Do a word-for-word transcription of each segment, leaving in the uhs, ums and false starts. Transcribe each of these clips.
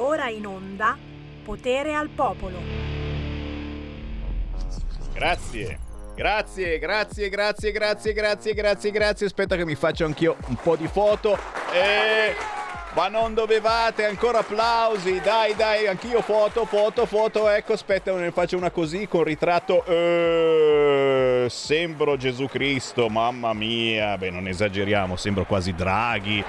ora in onda Potere al Popolo. Grazie. Grazie, grazie, grazie, grazie, grazie, grazie, grazie. Aspetta che mi faccio anch'io un po' di foto. E... ma non dovevate, ancora applausi. Dai, dai, anch'io foto, foto, foto. Ecco, aspetta, ne faccio una così con ritratto. Eh, sembro Gesù Cristo, mamma mia. Beh, non esageriamo, sembro quasi Draghi.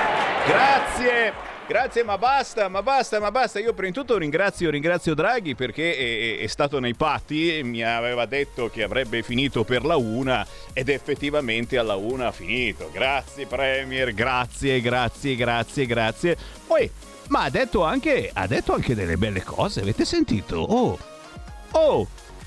Grazie. Grazie, ma basta, ma basta, ma basta. Io prima di tutto ringrazio, ringrazio Draghi perché è, è stato nei patti, mi aveva detto che avrebbe finito per la una ed effettivamente alla una ha finito. Grazie Premier, grazie, grazie, grazie, grazie. Poi, ma ha detto anche, ha detto anche delle belle cose, avete sentito? Oh, oh,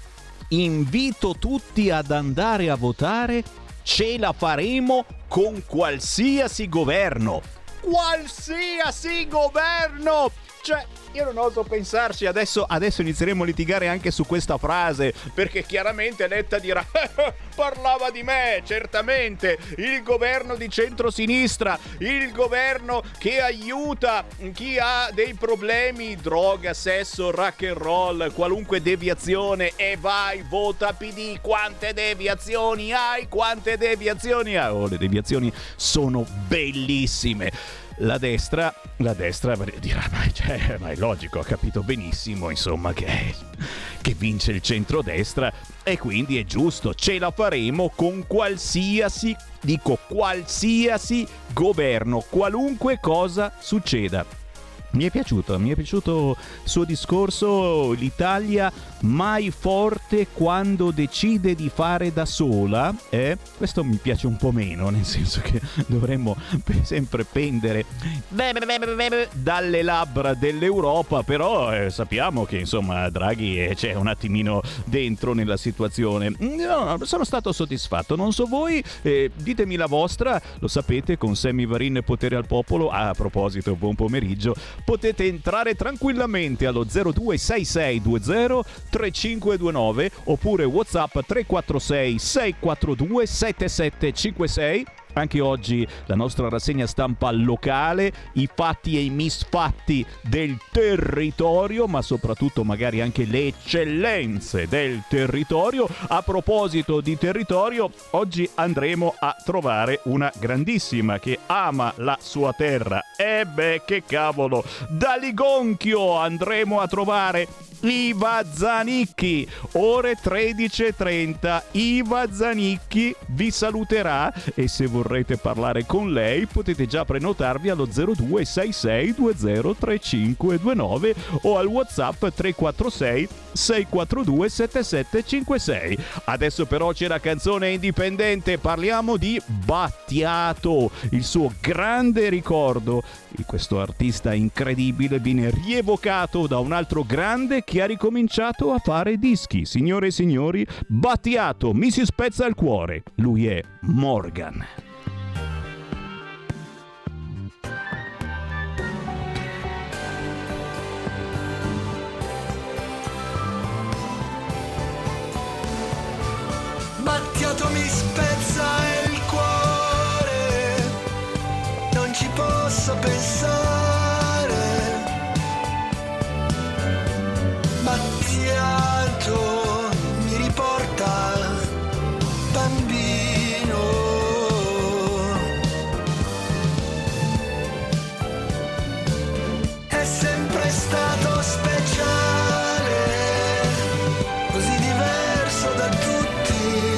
invito tutti ad andare a votare, ce la faremo con qualsiasi governo. Qualsiasi governo! Cioè, io non oso pensarci, adesso, adesso inizieremo a litigare anche su questa frase, perché chiaramente Letta dirà parlava di me, certamente, il governo di centrosinistra, il governo che aiuta chi ha dei problemi, droga, sesso, rock and roll, qualunque deviazione, e vai, vota P D, quante deviazioni hai, quante deviazioni hai, oh, le deviazioni sono bellissime. La destra, la destra dirà, ma, cioè, ma è logico, ha capito benissimo, insomma, che, che vince il centrodestra e quindi è giusto, ce la faremo con qualsiasi, dico qualsiasi governo, qualunque cosa succeda. Mi è piaciuto, mi è piaciuto il suo discorso, l'Italia mai forte quando decide di fare da sola, eh? Questo mi piace un po' meno, nel senso che dovremmo sempre pendere dalle labbra dell'Europa, però eh, sappiamo che insomma Draghi eh, c'è un attimino dentro nella situazione. No, sono stato soddisfatto, non so voi, eh, ditemi la vostra, lo sapete, con Sammy Varin Potere al Popolo. Ah, a proposito, buon pomeriggio. Potete entrare tranquillamente allo zero due sei sei due zero tre cinque due nove oppure WhatsApp tre quattro sei sei quattro due sette sette cinque sei. Anche oggi la nostra rassegna stampa locale, i fatti e i misfatti del territorio, ma soprattutto magari anche le eccellenze del territorio. A proposito di territorio, oggi andremo a trovare una grandissima che ama la sua terra. E beh, che cavolo! Da Ligonchio andremo a trovare Iva Zanicchi, ore tredici e trenta. Iva Zanicchi vi saluterà e se vorrete parlare con lei potete già prenotarvi allo zero due sei sei due zero tre cinque due nove o al WhatsApp tre quattro sei sei quattro due sette sette cinque sei. Adesso però c'è la canzone indipendente, parliamo di Battiato, il suo grande ricordo. Questo artista incredibile viene rievocato da un altro grande che ha ricominciato a fare dischi. Signore e signori, Battiato, mi si spezza il cuore. Lui è Morgan. Battiato mi spezza il cuore, non ci posso pensare. Battiato mi riporta bambino. È sempre stato speciale, così diverso da tutti.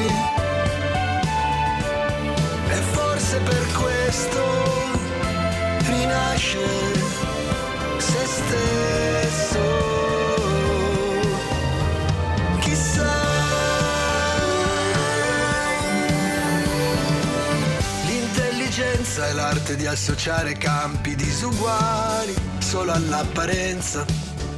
E forse per questo rinasce se stesso. Chissà, l'intelligenza è l'arte di associare campi disuguali solo all'apparenza.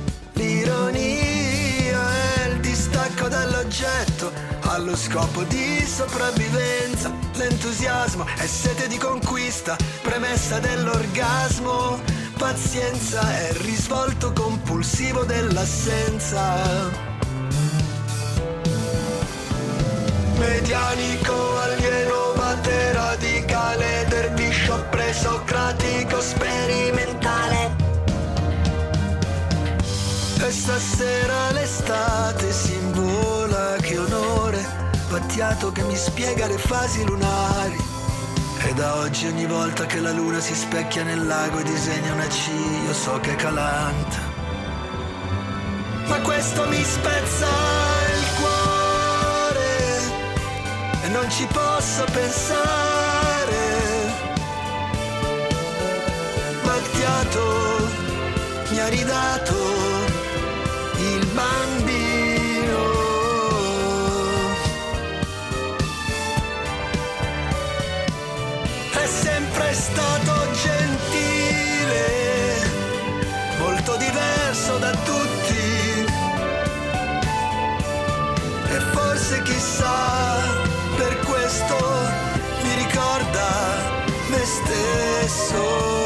L'ironia è il distacco dall'oggetto allo scopo di sopravvivenza. L'entusiasmo è sete di conquista, premessa dell'orgasmo. Pazienza è il risvolto compulsivo dell'assenza. Medianico, alieno, mate radicale, derviscio presocratico sperimentale. sera l'estate si invola, che onore, Battiato che mi spiega le fasi lunari. E da oggi ogni volta che la luna si specchia nel lago e disegna una C, io so che è Calanta. Ma questo mi spezza il cuore e non ci posso pensare. Battiato mi ha ridato il bambino. È sempre stato gentile, molto diverso da tutti, e forse chissà per questo mi ricorda me stesso.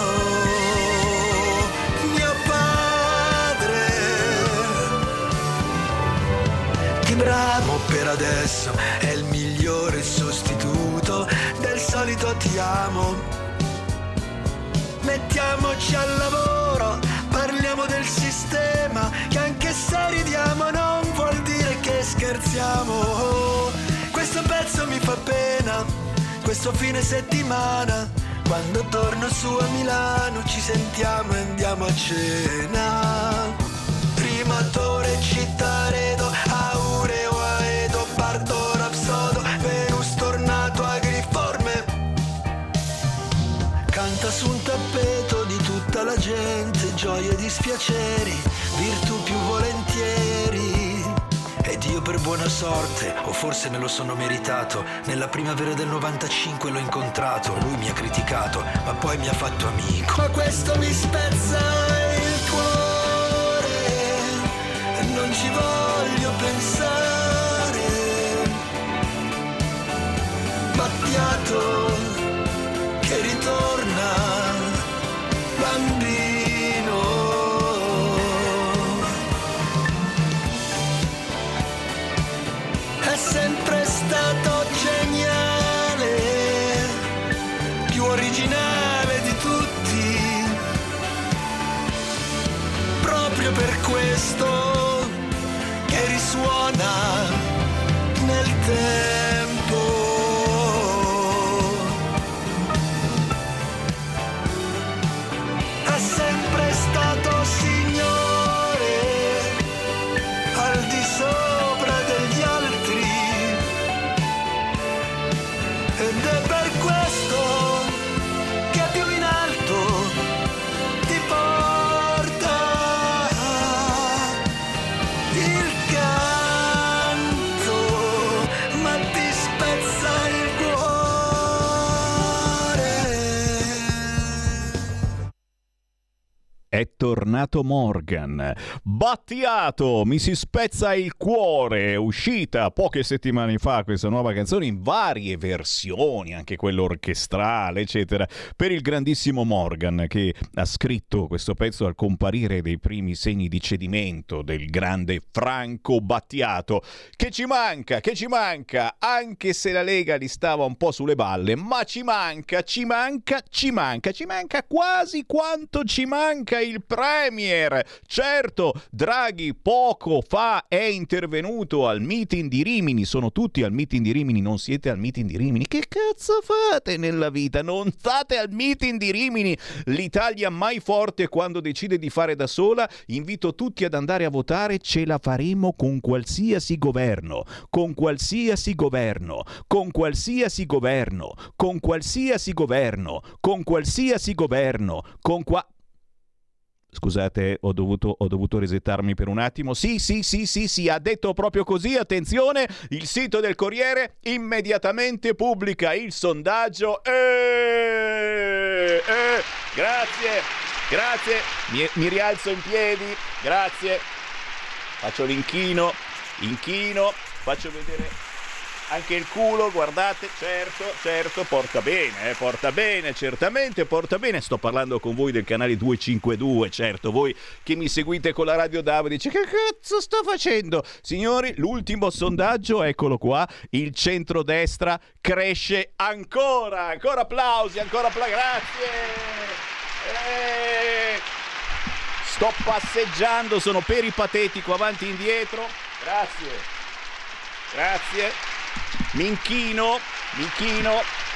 Bravo per adesso, è il migliore sostituto del solito ti amo. Mettiamoci al lavoro, parliamo del sistema, che anche se ridiamo non vuol dire che scherziamo. Questo pezzo mi fa pena, questo fine settimana, quando torno su a Milano ci sentiamo e andiamo a cena. Rimatore, Cittaredo, Aureo, Aedo, Bardo, Rapsodo, Venus tornato agriforme. Canta su un tappeto di tutta la gente, gioie e dispiaceri, virtù più volentieri. Ed io per buona sorte, o forse me lo sono meritato, nella primavera del novantacinque l'ho incontrato, lui mi ha criticato, ma poi mi ha fatto amico. Ma questo mi spezza il cuore, non ci voglio pensare. Battiato che ritorna bambino. È sempre stato geniale, più originale di tutti, proprio per questo che risuona nel tempo. È sempre stato signore, al di sopra degli altri, ed è per questo che più in alto ti porta il canto, ma ti spezza il cuore. È tornato Morgan. Battiato, mi si spezza il cuore. È uscita poche settimane fa questa nuova canzone in varie versioni, anche quella orchestrale, eccetera, per il grandissimo Morgan, che ha scritto questo pezzo al comparire dei primi segni di cedimento del grande Franco Battiato. Che ci manca, che ci manca, anche se la Lega gli stava un po' sulle balle, ma ci manca, ci manca, ci manca, ci manca quasi quanto ci manca il Premier. Certo, Draghi poco fa è intervenuto al meeting di Rimini. Sono tutti al meeting di Rimini, non siete al meeting di Rimini? Che cazzo fate nella vita? Non state al meeting di Rimini. L'Italia mai forte quando decide di fare da sola. Invito tutti ad andare a votare. Ce la faremo con qualsiasi governo, con qualsiasi governo, con qualsiasi governo, con qualsiasi governo, con qualsiasi governo, con qua... Scusate, ho dovuto, ho dovuto resettarmi per un attimo. Sì, sì, sì, sì, sì, ha detto proprio così. Attenzione, il sito del Corriere immediatamente pubblica il sondaggio. Eh, eh, grazie, grazie. Mi, mi rialzo in piedi, grazie. Faccio l'inchino, inchino, faccio vedere anche il culo, guardate, certo, certo, porta bene, eh, porta bene, certamente porta bene. Sto parlando con voi del canale duecentocinquantadue, certo, voi che mi seguite con la Radio D A B dice che cazzo sto facendo? Signori, l'ultimo sondaggio, eccolo qua, il centrodestra cresce ancora, ancora applausi, ancora applausi, grazie! Eh... sto passeggiando, sono peripatetico avanti e indietro. Grazie. Grazie. Mi inchino, mi inchino.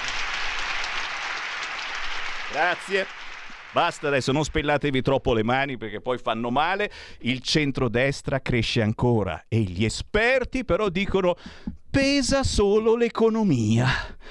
Grazie. Basta adesso, non spellatevi troppo le mani perché poi fanno male. Il centrodestra cresce ancora e gli esperti però dicono pesa solo l'economia.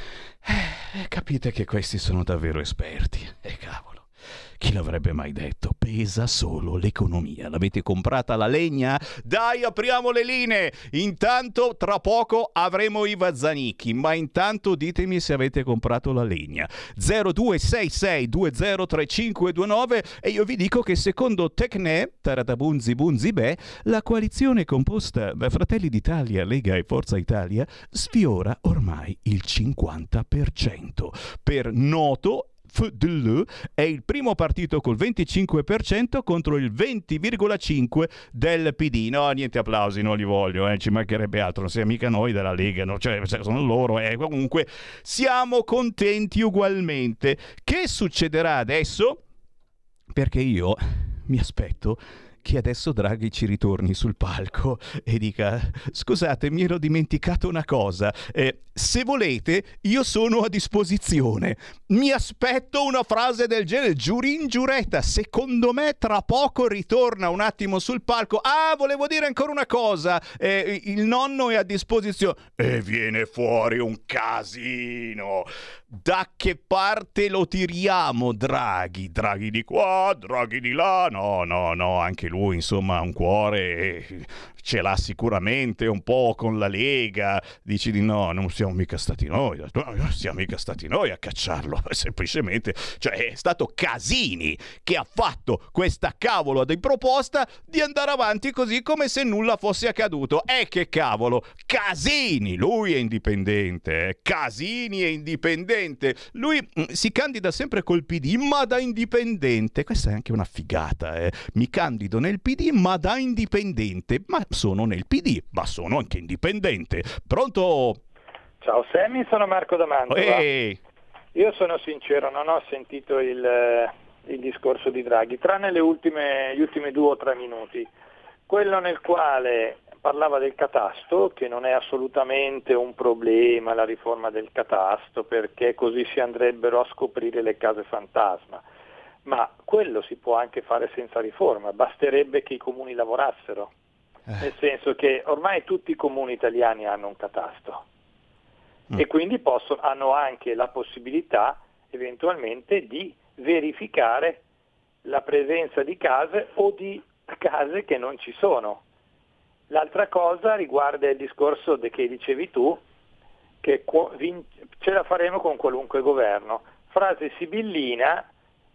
Eh, capite che questi sono davvero esperti. E eh, cavolo. Chi l'avrebbe mai detto? Pesa solo l'economia. L'avete comprata la legna? Dai, apriamo le linee! Intanto, tra poco avremo i Vazzanicchi, ma intanto ditemi se avete comprato la legna. zero due sei sei due zero tre cinque due nove e io vi dico che secondo Tecne, Taratabunzi Bunzi Beh, la coalizione composta da Fratelli d'Italia, Lega e Forza Italia sfiora ormai il cinquanta per cento. Per Noto F D L è il primo partito col venticinque per cento contro il venti virgola cinque per cento del P D. No, niente applausi, non li voglio, eh, ci mancherebbe altro, non siamo mica noi della Lega, no? Cioè sono loro, eh. Comunque siamo contenti ugualmente. Che succederà adesso? Perché io mi aspetto che adesso Draghi ci ritorni sul palco e dica scusate, mi ero dimenticato una cosa, eh, se volete io sono a disposizione. Mi aspetto una frase del genere, giurin giuretta, secondo me tra poco ritorna un attimo sul palco. Ah, volevo dire ancora una cosa, eh, il nonno è a disposizione e viene fuori un casino. Da che parte lo tiriamo, Draghi? Draghi di qua, Draghi di là? No, no, no, anche lui insomma ha un cuore, ce l'ha sicuramente un po' con la Lega. Dici di no, non siamo mica stati noi, non siamo mica stati noi a cacciarlo, semplicemente, cioè è stato Casini che ha fatto questa cavolo di proposta di andare avanti così come se nulla fosse accaduto. E che cavolo, Casini, lui è indipendente, eh? Casini è indipendente. Lui mh, si candida sempre col P D, ma da indipendente. Questa è anche una figata, eh? Mi candido nel P D, ma da indipendente. Ma sono nel P D, ma sono anche indipendente. Pronto? Ciao Sammy, sono Marco da Mantova. Ehi. Io sono sincero, non ho sentito il, il discorso di Draghi, tranne le ultime, gli ultimi due o tre minuti. Quello nel quale parlava del catasto, che non è assolutamente un problema la riforma del catasto, perché così si andrebbero a scoprire le case fantasma. Ma quello si può anche fare senza riforma, basterebbe che i comuni lavorassero. Eh. Nel senso che ormai tutti i comuni italiani hanno un catasto mm. e quindi possono, hanno anche la possibilità eventualmente di verificare la presenza di case o di case che non ci sono. L'altra cosa riguarda il discorso de che dicevi tu, che ce la faremo con qualunque governo. Frase sibillina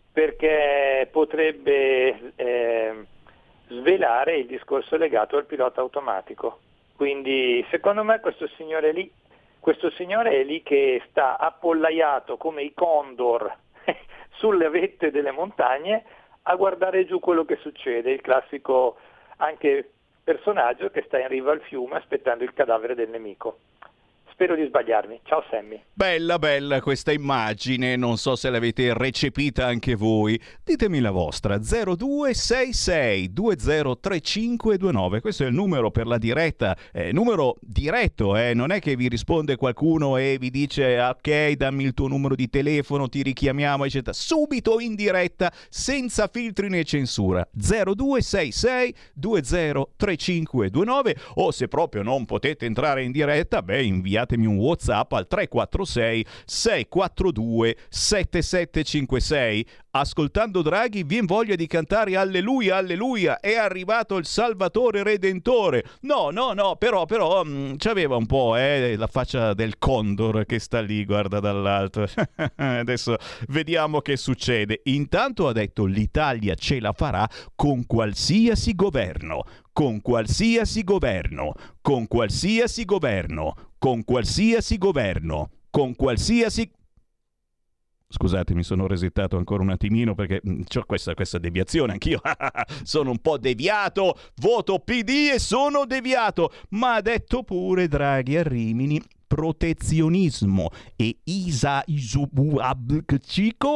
perché potrebbe eh, svelare il discorso legato al pilota automatico. Quindi secondo me questo signore lì, questo signore è lì che sta appollaiato come i condor sulle vette delle montagne a guardare giù quello che succede, il classico anche personaggio che sta in riva al fiume aspettando il cadavere del nemico. Spero di sbagliarmi. Ciao Sammy. Bella, bella questa immagine, non so se l'avete recepita anche voi. Ditemi la vostra, zero due sei sei due zero tre cinque due nove, questo è il numero per la diretta, eh, numero diretto, eh, non è che vi risponde qualcuno e vi dice ok, dammi il tuo numero di telefono, ti richiamiamo, eccetera. Subito in diretta, senza filtri né censura, zero due sei sei due zero tre cinque due nove, o se proprio non potete entrare in diretta, beh, inviate un WhatsApp al tre quattro sei sei quattro due sette sette cinque sei. Ascoltando Draghi vien voglia di cantare alleluia, alleluia, è arrivato il Salvatore Redentore. No, no, no, però, però mh, c'aveva un po' eh, la faccia del condor che sta lì, guarda dall'alto. Adesso vediamo che succede. Intanto ha detto l'Italia ce la farà con qualsiasi governo, con qualsiasi governo, con qualsiasi governo, con qualsiasi governo, con qualsiasi... Scusate, mi sono resettato ancora un attimino perché c'ho questa, questa deviazione, anch'io sono un po' deviato, voto P D e sono deviato, ma ha detto pure Draghi a Rimini protezionismo e Isa Isubuabcico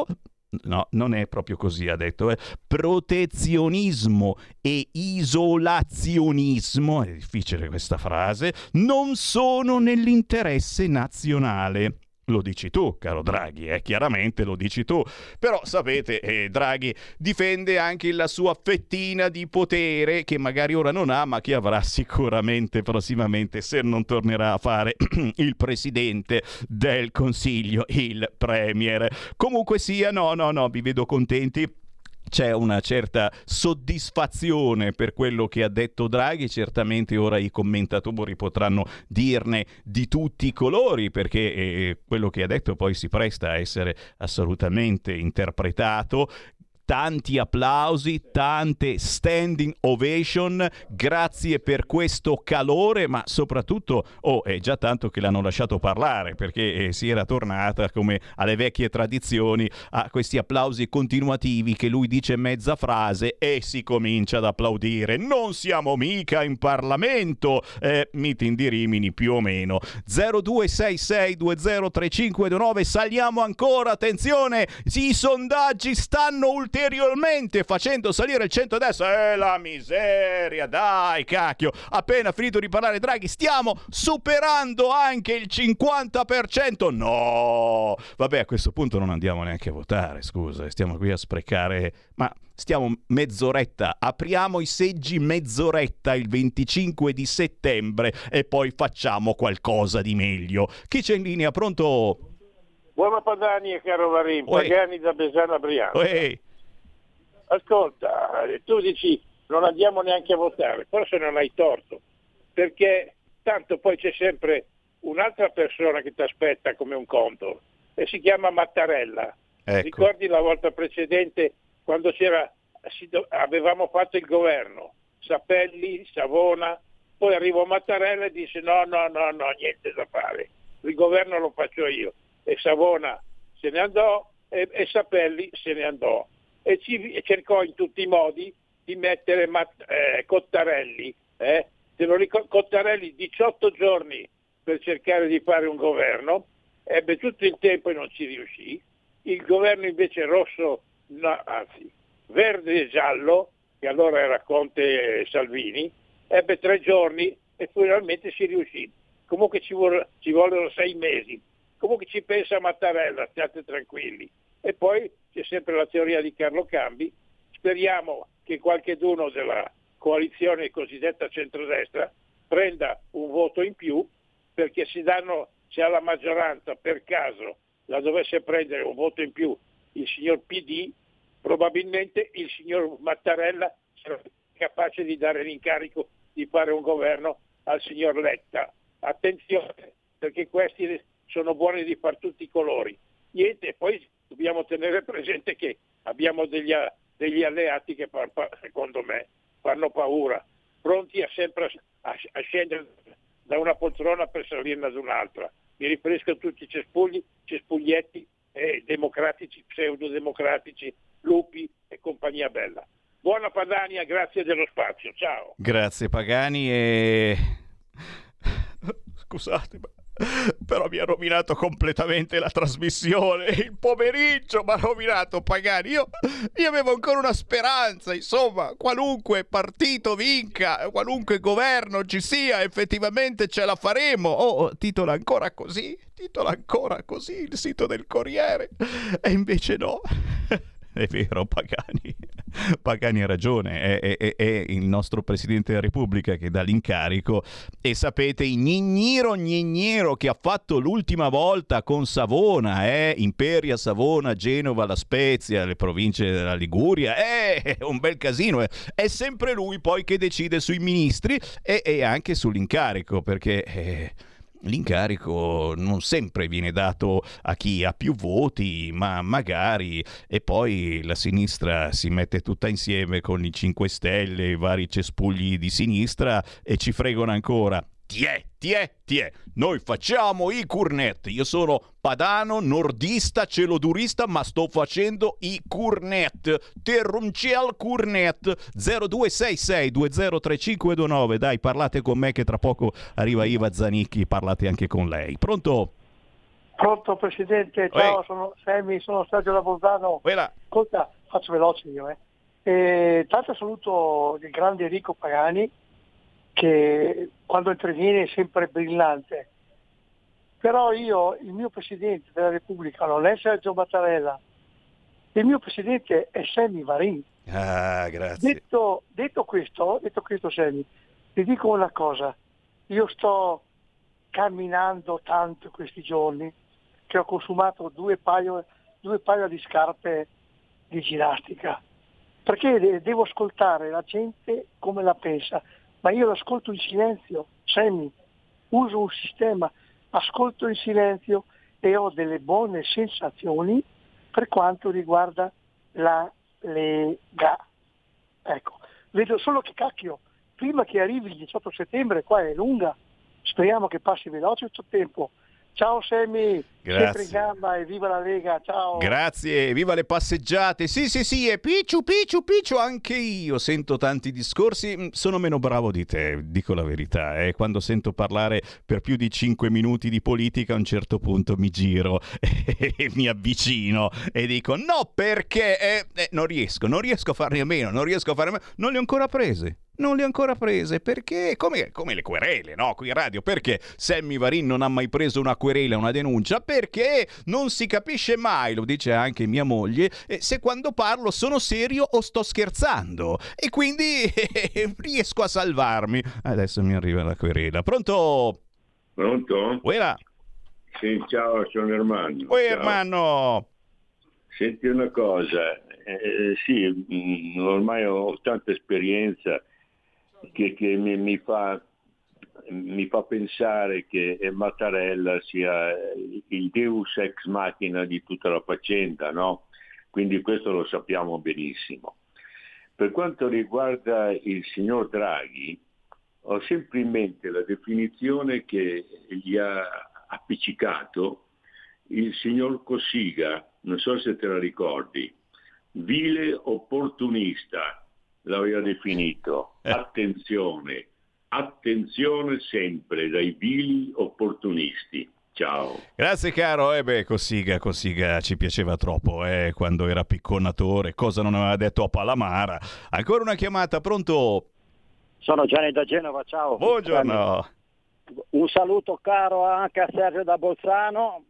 no, non è proprio così, ha detto, eh. Protezionismo e isolazionismo, è difficile questa frase, non sono nell'interesse nazionale. Lo dici tu, caro Draghi, eh? Chiaramente lo dici tu. Però sapete, eh, Draghi difende anche la sua fettina di potere che magari ora non ha, ma che avrà sicuramente prossimamente se non tornerà a fare il presidente del Consiglio, il premier. Comunque sia, no, no, no, vi vedo contenti. C'è una certa soddisfazione per quello che ha detto Draghi, certamente ora i commentatori potranno dirne di tutti i colori, perché eh, quello che ha detto poi si presta a essere assolutamente interpretato. Tanti applausi, tante standing ovation, grazie per questo calore, ma soprattutto, oh, è già tanto che l'hanno lasciato parlare, perché eh, si era tornata come alle vecchie tradizioni a questi applausi continuativi che lui dice mezza frase e si comincia ad applaudire. Non siamo mica in Parlamento, eh, meeting di Rimini più o meno. zero due sei sei due zero tre cinque due nove, saliamo ancora, attenzione, i sondaggi stanno ulteriormente ulteriormente facendo salire il centrodestra. E la miseria, dai cacchio, appena finito di parlare Draghi stiamo superando anche il cinquanta per cento. No, vabbè, a questo punto non andiamo neanche a votare, scusa, stiamo qui a sprecare, ma stiamo mezz'oretta, apriamo i seggi mezz'oretta il venticinque di settembre e poi facciamo qualcosa di meglio. Chi c'è in linea? Pronto? Buona Padani e caro Varin, Pagani da Besana Brianza. Uè. Ascolta, tu dici non andiamo neanche a votare, forse non hai torto, perché tanto poi c'è sempre un'altra persona che ti aspetta come un conto e si chiama Mattarella. Ecco. Ricordi la volta precedente quando c'era, avevamo fatto il governo, Sapelli, Savona, poi arrivò Mattarella e disse no, no, no, no, niente da fare, il governo lo faccio io. E Savona se ne andò e, e Sapelli se ne andò. E ci e cercò in tutti i modi di mettere Matt, eh, Cottarelli, eh? Te lo ricordo, Cottarelli diciotto giorni per cercare di fare un governo, ebbe tutto il tempo e non ci riuscì. Il governo invece rosso, no, anzi verde e giallo, che allora era Conte e Salvini, ebbe tre giorni e finalmente ci riuscì. Comunque ci, vor- ci vollero sei mesi. Comunque ci pensa Mattarella, state tranquilli. E poi c'è sempre la teoria di Carlo Cambi, speriamo che qualcheduno della coalizione cosiddetta centrodestra prenda un voto in più, perché si danno, se alla maggioranza per caso la dovesse prendere un voto in più il signor P D, probabilmente il signor Mattarella sarà capace di dare l'incarico di fare un governo al signor Letta. Attenzione, perché questi sono buoni di far tutti i colori. Niente, poi dobbiamo tenere presente che abbiamo degli, degli alleati che secondo me fanno paura, pronti a sempre a, a scendere da una poltrona per salirne ad un'altra. Mi riferisco a tutti i cespugli, cespuglietti eh, democratici, pseudodemocratici, lupi e compagnia bella. Buona Padania, grazie dello spazio, ciao. Grazie Pagani e... Scusate, ma... però mi ha rovinato completamente la trasmissione, il pomeriggio mi ha rovinato Pagani. Io, io avevo ancora una speranza, insomma, qualunque partito vinca, qualunque governo ci sia, effettivamente ce la faremo. Oh, titola ancora così, titola ancora così il sito del Corriere, e invece no. È vero, Pagani Pagani ha ragione, è, è, è il nostro Presidente della Repubblica che dà l'incarico. E sapete, il gnigniro gnignero che ha fatto l'ultima volta con Savona, eh? Imperia, Savona, Genova, La Spezia, le province della Liguria, eh, è un bel casino, eh. È sempre lui poi che decide sui ministri e, e anche sull'incarico, perché... Eh, l'incarico non sempre viene dato a chi ha più voti, ma magari, e poi la sinistra si mette tutta insieme con i cinque Stelle, i vari cespugli di sinistra e ci fregano ancora. Tiè, tiè, tiè, noi facciamo i cornet. Io sono padano, nordista, celodurista, ma sto facendo i cornet. Terrunciel cornet. zero due sei sei due zero tre cinque due nove. Dai, parlate con me che tra poco arriva Iva Zanicchi, parlate anche con lei. Pronto? Pronto Presidente, ciao, Oi. sono Sammy, sono Sergio da Bolzano. Quella. Ascolta, faccio veloce io, eh. E, tanto saluto il grande Enrico Pagani, che quando interviene è sempre brillante. Però io, il mio Presidente della Repubblica non è Sergio Mattarella, il mio Presidente è Sammy Varin. Ah, grazie. Detto, detto questo, detto questo Sammy, ti dico una cosa, io sto camminando tanto questi giorni che ho consumato due paio, due paio di scarpe di ginnastica, perché devo ascoltare la gente come la pensa, ma io l'ascolto in silenzio, Sammy, uso un sistema, ascolto in silenzio e ho delle buone sensazioni per quanto riguarda la Lega. Ecco, vedo solo che cacchio, prima che arrivi il diciotto settembre qua è lunga, speriamo che passi veloce questo tempo. Ciao Sammy, sempre in gamba e viva la Lega, ciao. Grazie, viva le passeggiate. Sì, sì, sì, e picciu, picciu, picciu, anche io sento tanti discorsi, sono meno bravo di te, dico la verità, eh. Quando sento parlare per più di cinque minuti di politica a un certo punto mi giro e mi avvicino e dico no perché eh, eh, non riesco, non riesco a farne a meno, non riesco a farne a meno, non le ho ancora prese. Non le ho ancora prese, perché? Come, come le querele, no? Qui in radio, perché Sammy Varin non ha mai preso una querela, una denuncia? Perché non si capisce mai, lo dice anche mia moglie, eh, se quando parlo sono serio o sto scherzando. E quindi eh, riesco a salvarmi. Adesso mi arriva la querela. Pronto? Pronto? Uela. Sì, ciao, sono Ermanno. Oi, Ermanno. Senti una cosa, eh, sì, mh, ormai ho tanta esperienza che, che mi, mi, fa, mi fa pensare che Mattarella sia il deus ex machina di tutta la faccenda, no? Quindi questo lo sappiamo benissimo. Per quanto riguarda il signor Draghi, ho sempre in mente la definizione che gli ha appiccicato il signor Cossiga, non so se te la ricordi, vile opportunista. L'aveva definito. Attenzione, attenzione sempre dai vili opportunisti. Ciao. Grazie caro, eh beh, Cossiga, Cossiga ci piaceva troppo, eh, quando era picconatore, cosa non aveva detto a Palamara. Ancora una chiamata, pronto? Sono Gianni da Genova, ciao. Buongiorno. Un saluto caro anche a Sergio da Bolzano,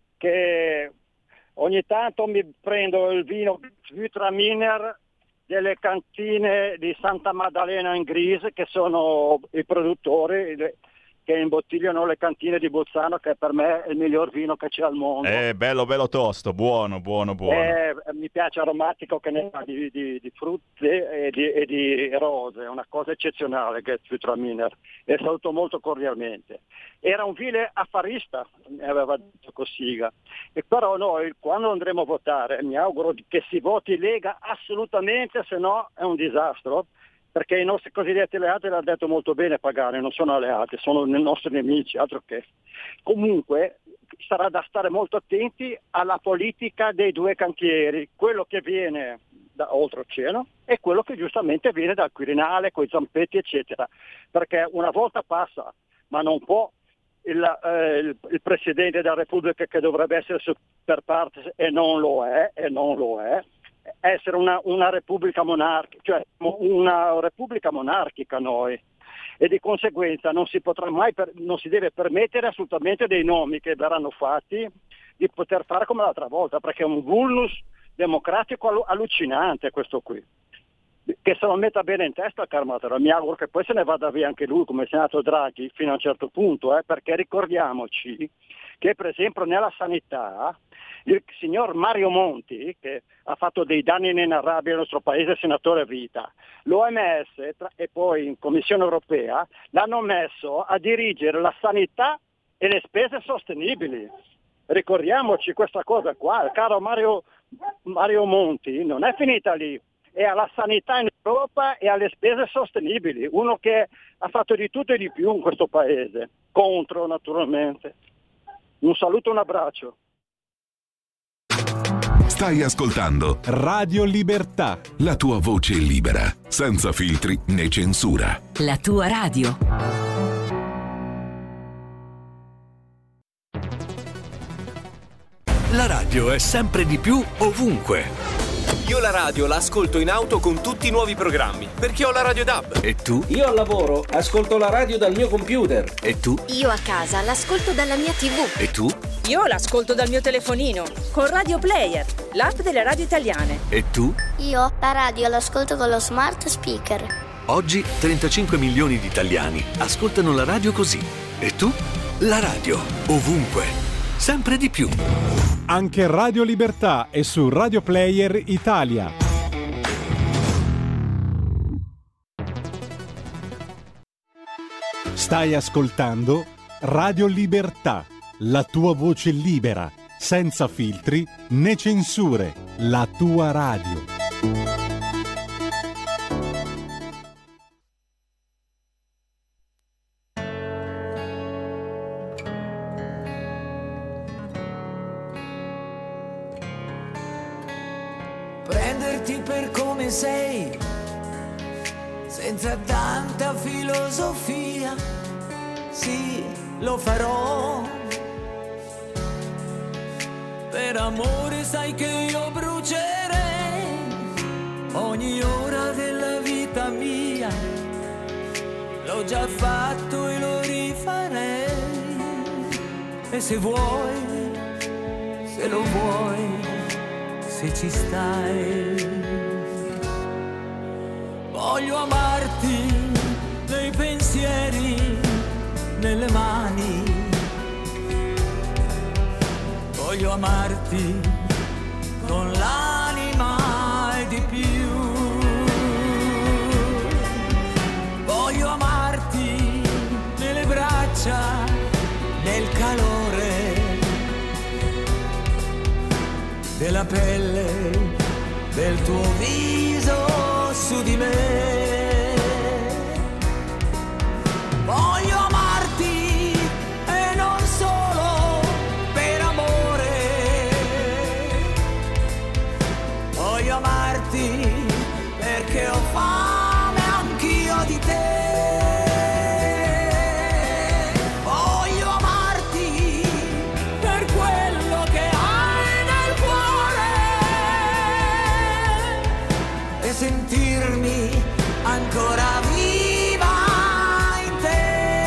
che ogni tanto mi prendo il vino Traminer delle cantine di Santa Maddalena in Grise, che sono i produttori che imbottigliano le cantine di Bolzano, che per me è il miglior vino che c'è al mondo. È bello, bello tosto, buono, buono, buono. Eh, mi piace aromatico, che ne ha di, di, di frutte e di, e di rose, è una cosa eccezionale che è il Traminer, e saluto molto cordialmente. Era un vile affarista, mi aveva detto Cossiga, e però noi quando andremo a votare mi auguro che si voti Lega assolutamente, se no è un disastro, perché i nostri cosiddetti alleati l'ha detto molto bene Pagani, non sono alleati, sono i nostri nemici, altro che. Comunque sarà da stare molto attenti alla politica dei due cantieri, quello che viene da oltreoceano e quello che giustamente viene dal Quirinale, coi Zampetti eccetera, perché una volta passa, ma non può il, eh, il, il Presidente della Repubblica, che dovrebbe essere super partes e non lo è, e non lo è, essere una, una repubblica monarchica, cioè una repubblica monarchica noi, e di conseguenza non si potrà mai per, non si deve permettere assolutamente dei nomi che verranno fatti di poter fare come l'altra volta, perché è un vulnus democratico allucinante questo qui, che se lo metta bene in testa Carmatera. Mi auguro che poi se ne vada via anche lui come il senato Draghi fino a un certo punto, eh, perché ricordiamoci che per esempio nella sanità il signor Mario Monti, che ha fatto dei danni inenarrabili al nostro paese, senatore a vita, l'O M S tra, e poi in Commissione Europea l'hanno messo a dirigere la sanità e le spese sostenibili. Ricordiamoci questa cosa qua, caro Mario, Mario Monti, non è finita lì, è alla sanità in Europa e alle spese sostenibili, uno che ha fatto di tutto e di più in questo paese, contro naturalmente. Un saluto e un abbraccio. Stai ascoltando Radio Libertà, la tua voce libera, senza filtri né censura. La tua radio. La radio è sempre di più ovunque. Io la radio la ascolto in auto con tutti i nuovi programmi, perché ho la Radio D A B. E tu? Io al lavoro ascolto la radio dal mio computer. E tu? Io a casa l'ascolto dalla mia tivù. E tu? Io l'ascolto dal mio telefonino, con Radio Player, l'app delle radio italiane. E tu? Io la radio l'ascolto con lo smart speaker. Oggi trentacinque milioni di italiani ascoltano la radio così. E tu? La radio, ovunque, sempre di più. Anche Radio Libertà è su Radio Player Italia. Stai ascoltando Radio Libertà, la tua voce libera, senza filtri né censure, la tua radio. Prenderti per come sei, senza tanta filosofia, sì, lo farò. Per amore sai che io brucerei ogni ora della vita mia. L'ho già fatto e lo rifarei. E se vuoi, se lo vuoi, se ci stai, voglio amarti nei pensieri, nelle mani, voglio amarti con l'anima e di più, voglio amarti nelle braccia, nel calore della pelle, del tuo viso su di me. Voglio amarti e non solo per amore, voglio amarti perché ho fame anch'io di te. Voglio amarti per quello che hai nel cuore e sentirmi ancora viva in te.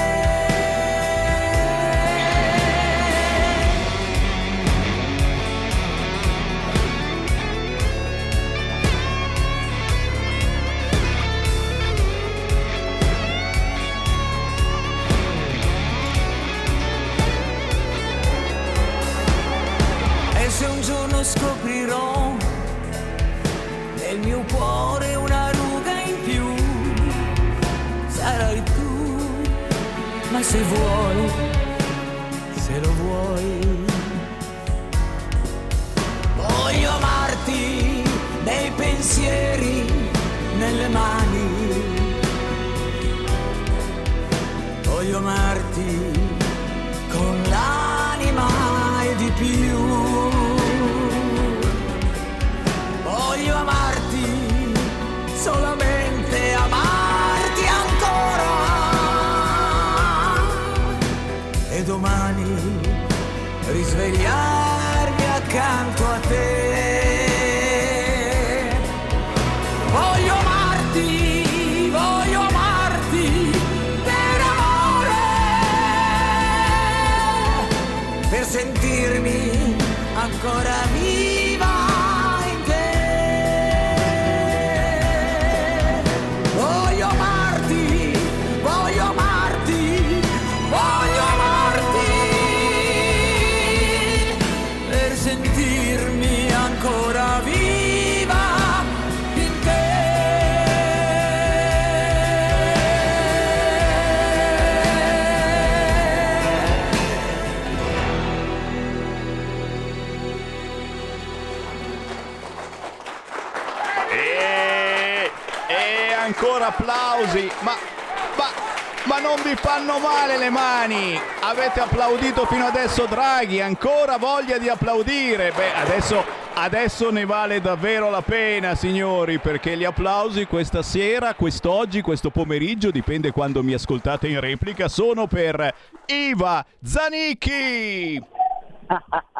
E se un giorno scoprirò nel mio cuore una ruga in più, sarai tu, ma se vuoi, se lo vuoi, voglio amarti nei pensieri, nelle mani, voglio amarti con l'anima e di più, voglio amarti, solamente amarti ancora, e domani risvegliarmi accanto a te. Voglio amarti, voglio amarti per amore, per sentirmi ancora viva in te. Voglio amarti, voglio amarti, voglio amarti per sentirmi ancora viva in te. E, e ancora applausi, ma, ma, ma non vi fanno male le mani? Avete applaudito fino adesso Draghi, ancora voglia di applaudire? Beh, adesso, adesso ne vale davvero la pena, signori, perché gli applausi questa sera, quest'oggi, questo pomeriggio, dipende quando mi ascoltate in replica, sono per Iva Zanicchi.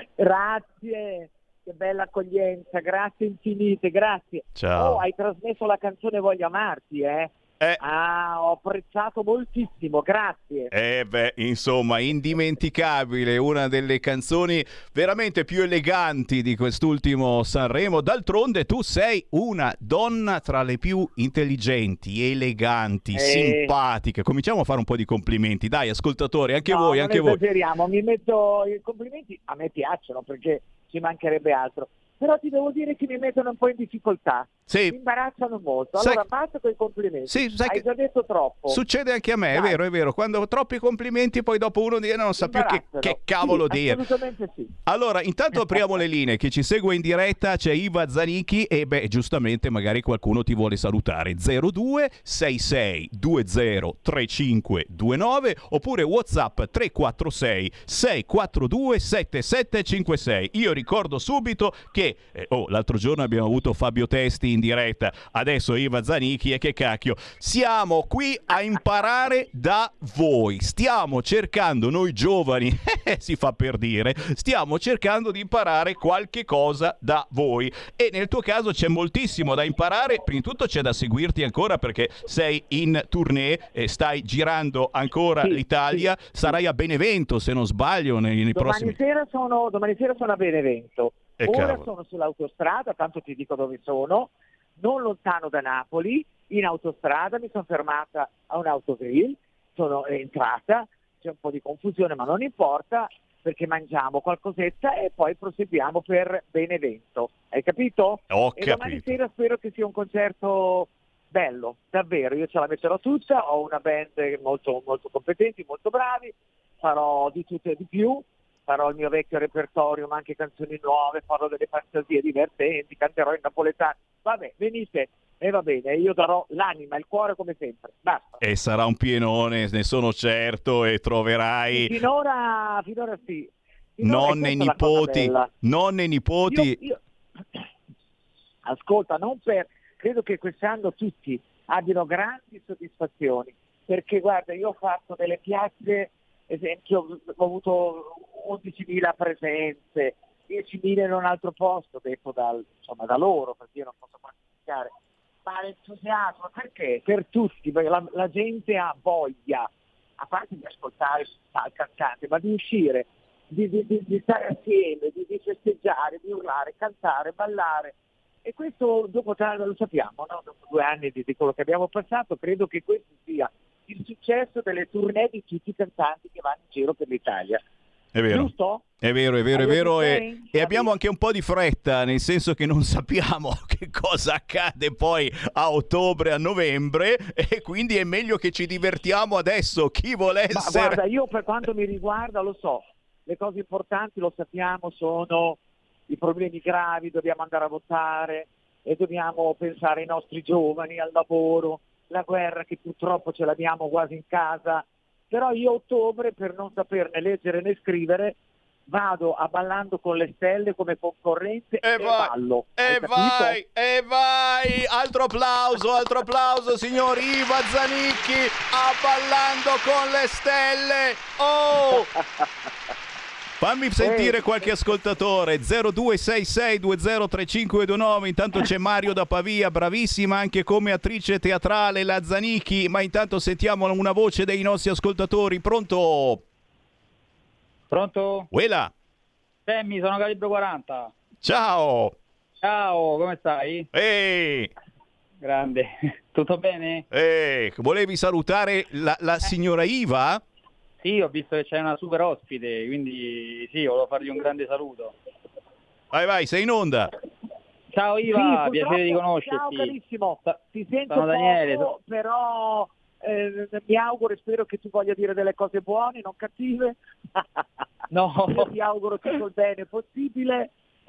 Grazie, che bella accoglienza, grazie infinite, grazie. Ciao. Oh, hai trasmesso la canzone Voglio amarti, eh? Eh. Ah, ho apprezzato moltissimo, grazie. Eh beh, insomma, indimenticabile, una delle canzoni veramente più eleganti di quest'ultimo Sanremo. D'altronde tu sei una donna tra le più intelligenti, eleganti, Eh. simpatiche. Cominciamo a fare un po' di complimenti. Dai, ascoltatori, anche No, voi, non anche voi. esageriamo, mi metto i complimenti, a me piacciono perché ci mancherebbe altro. Però ti devo dire che mi mettono un po' in difficoltà. Sì. Mi imbarazzano molto. Sai- Allora basta con i complimenti. Sì, sai Hai che- già detto troppo. Succede anche a me, è Dai. vero, è vero. Quando ho troppi complimenti, poi dopo uno di- non sa più che, Imbarazzano. che cavolo Sì, dire. assolutamente sì. Allora, intanto apriamo le linee. Chi ci segue in diretta c'è Iva Zanicchi e beh, giustamente magari qualcuno ti vuole salutare. zero due sei sei due zero tre cinque due nove oppure WhatsApp tre quattro sei sei quattro due sette sette cinque sei. Io ricordo subito che eh, oh, l'altro giorno abbiamo avuto Fabio Testi in diretta, adesso Iva Zanicchi e che cacchio. Siamo qui a imparare da voi. Stiamo cercando noi giovani, si fa per dire, stiamo cercando di imparare qualche cosa da voi e nel tuo caso c'è moltissimo da imparare. Prima di tutto c'è da seguirti ancora perché sei in tournée e stai girando ancora Sì, l'Italia. Sarai a Benevento, se non sbaglio, nei, nei Domani prossimi... sera, sono, domani sera sono a Benevento. E Ora cavolo. sono sull'autostrada, tanto ti dico dove sono, non lontano da Napoli, in autostrada, mi sono fermata a un autogrill, sono entrata, c'è un po' di confusione ma non importa perché mangiamo qualcosetta e poi proseguiamo per Benevento. Hai capito? Ho E domani capito. sera spero che sia un concerto bello, davvero, io ce la metterò tutta, ho una band molto, molto competenti, molto bravi, farò di tutto e di più, farò il mio vecchio repertorio ma anche canzoni nuove, farò delle fantasie divertenti, canterò in napoletano, vabbè, venite e va bene, io darò l'anima, il cuore come sempre, basta. E sarà un pienone, ne sono certo, e troverai Finora, finora sì. Finora nonne e è questa la cosa nipoti, bella. nonne e nipoti. Io- io- Ascolta, non per... credo che quest'anno tutti abbiano grandi soddisfazioni, perché guarda, io ho fatto delle piazze, esempio, ho avuto undicimila presenze, diecimila in un altro posto, detto dal, insomma, da loro, perché io non posso quantificare, ma l'entusiasmo, perché? Per tutti, perché la, la gente ha voglia, a parte di ascoltare il cantante, ma di uscire, di, di, di, di stare assieme, di, di festeggiare, di urlare, cantare, ballare. E questo dopo tanto lo sappiamo, no? Dopo due anni di, di quello che abbiamo passato, credo che questo sia il successo delle tournée di tutti i cantanti che vanno in giro per l'Italia. È vero. Giusto? È vero, è vero, è Are you vero e, listening? e abbiamo anche un po' di fretta, nel senso che non sappiamo che cosa accade poi a ottobre, a novembre e quindi è meglio che ci divertiamo adesso. Chi vuole Ma essere... guarda, io per quanto mi riguarda lo so, le cose importanti lo sappiamo sono i problemi gravi, dobbiamo andare a votare e dobbiamo pensare ai nostri giovani, al lavoro, la guerra che purtroppo ce l'abbiamo quasi in casa, però io a ottobre per non saperne leggere né scrivere vado a Ballando con le Stelle come concorrente e, E vai, ballo. e Hai capito? vai, e vai, altro applauso, altro applauso signor Iva Zanicchi a Ballando con le Stelle. Oh! Fammi sentire qualche ascoltatore. Zero due sei sei due zero tre cinque due nove. Intanto c'è Mario da Pavia, bravissima anche come attrice teatrale la Zanicchi. Ma intanto sentiamo una voce dei nostri ascoltatori. Pronto? Pronto? Uela. Sammy, sono Calibro quaranta. Ciao. Ciao, come stai? Ehi. Grande. Tutto bene? Eh, volevi salutare la, la signora Iva? Sì, ho visto che c'è una super ospite, quindi sì, volevo fargli un grande saluto. Vai, vai, sei in onda. Ciao Iva, Sì, piacere di purtroppo- conoscerti. Ciao carissimo, ti sento Sono Daniele, poco, però eh, mi auguro e spero che tu voglia dire delle cose buone, non cattive. No. Io ti auguro tutto il bene possibile.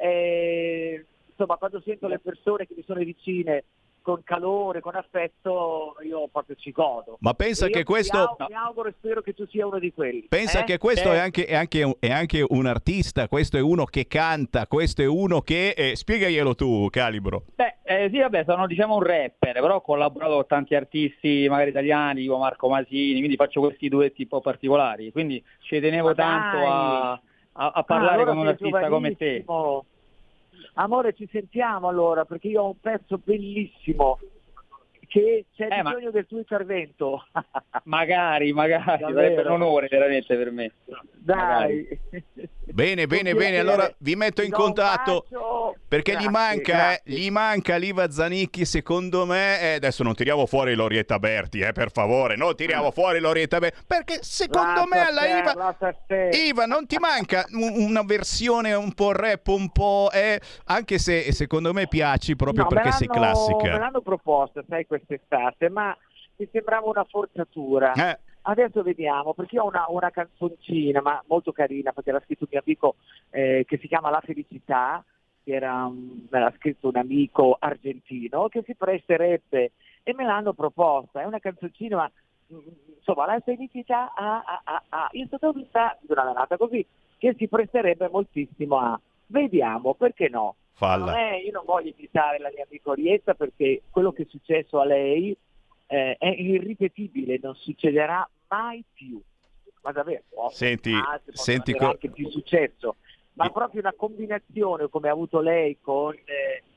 E, insomma, quando sento le persone che mi sono vicine con calore, con affetto, io proprio ci godo. Ma pensa E io che ti questo- auguro- mi auguro e spero che tu sia uno di quelli. Pensa eh? che questo Eh, è, anche, è, anche, un- è anche un artista, questo è uno che canta, questo è uno che... Eh, spiegaglielo tu, Calibro. Beh, eh, sì, vabbè, sono diciamo un rapper, però ho collaborato con tanti artisti, magari italiani, tipo Marco Masini, quindi faccio questi duetti un po' particolari, quindi ci tenevo Ma tanto dai! a, a, a parlare Ah, allora con un sei artista come te. giovanissimo. Amore, ci sentiamo allora, perché io ho un pezzo bellissimo che c'è Eh, ma- bisogno del tuo intervento. Magari, magari, Davvero. sarebbe un onore veramente per me. Magari. Dai. Bene, bene, Con bene, piacere. allora vi metto in Ti do un contatto bacio. perché Grazie, gli manca, eh, grazie. gli manca l'Iva Zanicchi, secondo me, eh, adesso non tiriamo fuori Lorietta Berti, eh, per favore, non tiriamo fuori Lorietta Berti, perché secondo Lascia me alla stare, Iva, lascia stare. Iva non ti manca un- una versione un po' rap, un po', eh, anche se secondo me piaci proprio No, perché me sei l'hanno- classica. Me l'hanno proposta, sai, quest'estate, ma mi sembrava una forzatura. Eh. Adesso vediamo, perché io ho una, una canzoncina, ma molto carina, perché l'ha scritto un mio amico eh, che si chiama La Felicità, che era, un- me l'ha scritto un amico argentino, che si presterebbe, e me l'hanno proposta. È una canzoncina, ma mm, insomma, La Felicità, ah, ah, ah, ah, io sono vista di una danata così, che si presterebbe moltissimo a... Vediamo, perché no? Falla. Non è- io non voglio imitare la mia amica Orietta, perché quello che è successo a lei eh, è irripetibile, non succederà mai più. Ma davvero, può- Senti, anzi, può senti avere co- anche più successo, ma proprio una combinazione come ha avuto lei con eh,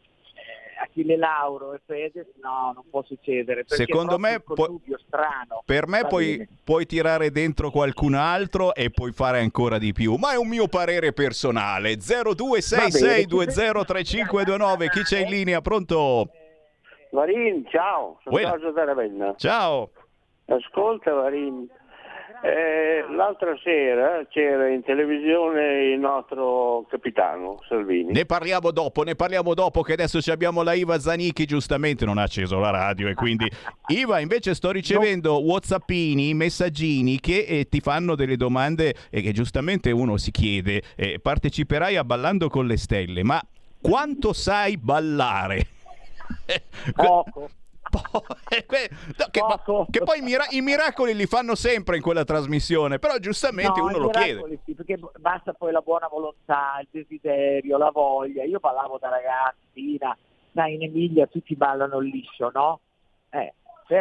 eh, Achille Lauro e Fedez, no, non può succedere. Perché Secondo proprio me il pu- connubio strano. Per me Va puoi, bene. puoi tirare dentro qualcun altro e puoi fare ancora di più, ma è un mio parere personale. zero due sei sei due zero tre cinque due nove, chi c'è in linea? Pronto? Varin, ciao, sono Buona. Giorgio da Ravenna. Ciao. Ascolta Varin, eh, l'altra sera c'era in televisione il nostro capitano Salvini. Ne parliamo dopo, ne parliamo dopo che adesso ci abbiamo la Iva Zanicchi, giustamente non ha acceso la radio e quindi Iva invece sto ricevendo whatsappini, messaggini che eh, ti fanno delle domande e che giustamente uno si chiede, eh, parteciperai a Ballando con le Stelle, ma quanto sai ballare? Poco. Eh, que- no, che, ma- che poi i, mira- i miracoli li fanno sempre in quella trasmissione, però giustamente No, uno i lo chiede. miracoli sì, perché basta poi la buona volontà, il desiderio, la voglia. Io ballavo da ragazzina, sai, in Emilia tutti ballano il liscio, no? Eh,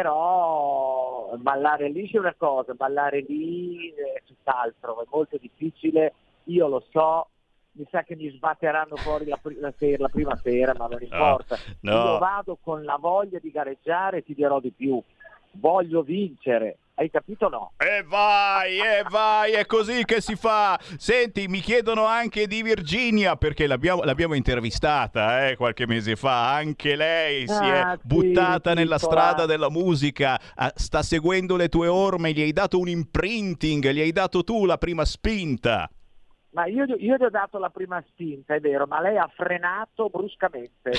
però ballare liscio è una cosa, ballare lì è tutt'altro, è molto difficile, io lo so. Mi sa che mi sbatteranno fuori la, pri- la, sera, la prima sera, ma non importa. no. Io vado con la voglia di gareggiare e ti dirò di più. Voglio vincere. Hai capito o no? E vai, e vai, è così che si fa. Senti, mi chiedono anche di Virginia, perché l'abbiamo, l'abbiamo intervistata eh, qualche mese fa. Anche lei si Ah, è sì, buttata nella piccola. strada della musica, ah, sta seguendo le tue orme, gli hai dato un imprinting, gli hai dato tu la prima spinta. Ma io, io gli ho dato la prima spinta, è vero, ma lei ha frenato bruscamente.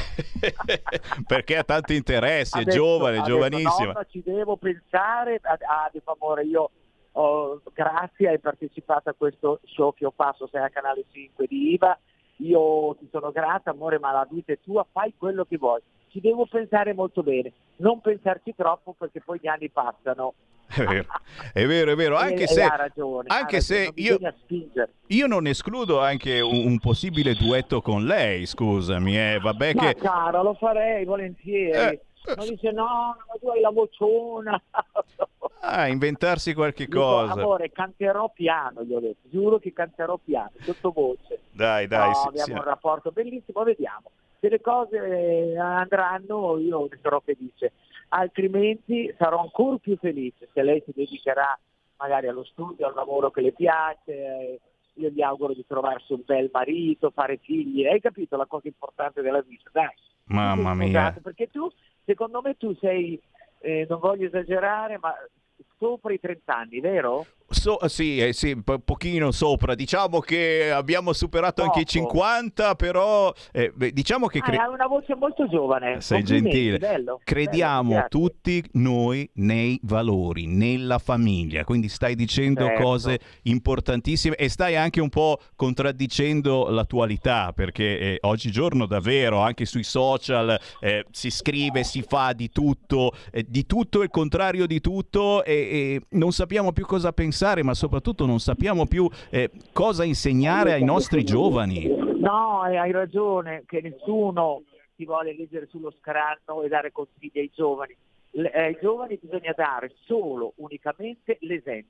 Perché ha tanti interessi, è Ha detto- giovane, ha detto, giovanissima. "Nonna, ci devo pensare, ah, ah, di favore, io oh, grazie, hai partecipato a questo show che io passo, sei a Canale cinque di Iva, io ti sono grata, amore, ma la vita è tua, fai quello che vuoi. Ci devo pensare molto bene, non pensarci troppo perché poi gli anni passano. È vero, è vero, è vero. Anche E- se, e ha ragione, ha anche ragione, se non io, bisogna spingere. io non escludo anche un, un possibile duetto con lei, scusami, eh, vabbè Ma che... cara, lo farei volentieri. Eh. Ma dice no, ma tu hai la vociona. Ah, inventarsi qualche Dico, cosa. amore, canterò piano, gli ho detto, giuro che canterò piano, sottovoce. Dai, dai, no, sì, abbiamo sì. un rapporto bellissimo, vediamo. Se le cose eh, andranno, io ne sarò felice. Altrimenti sarò ancora più felice se lei si dedicherà magari allo studio, al lavoro che le piace. eh, Io gli auguro di trovarsi un bel marito, fare figli. Hai capito la cosa importante della vita? Dai. Mamma mia. Scusate, perché tu, secondo me tu sei, eh, non voglio esagerare, ma sopra i trenta anni, vero? So, sì, eh, sì, un pochino sopra. Diciamo che abbiamo superato anche i Poco. cinquanta, però eh, beh, diciamo che... Ah, cre- hai una voce molto giovane. Sei Complimenti, gentile. bello, Crediamo bello, mi piace. tutti noi nei valori, nella famiglia. Quindi stai dicendo Certo. cose importantissime e stai anche un po' contraddicendo l'attualità, perché eh, oggigiorno davvero anche sui social eh, si scrive, si fa di tutto, eh, di tutto il contrario di tutto e, e non sappiamo più cosa pensare, ma soprattutto non sappiamo più eh, cosa insegnare ai nostri giovani. No, eh, hai ragione, che nessuno ti vuole leggere sullo scranno e dare consigli ai giovani. Le- ai giovani bisogna dare solo, unicamente l'esempio.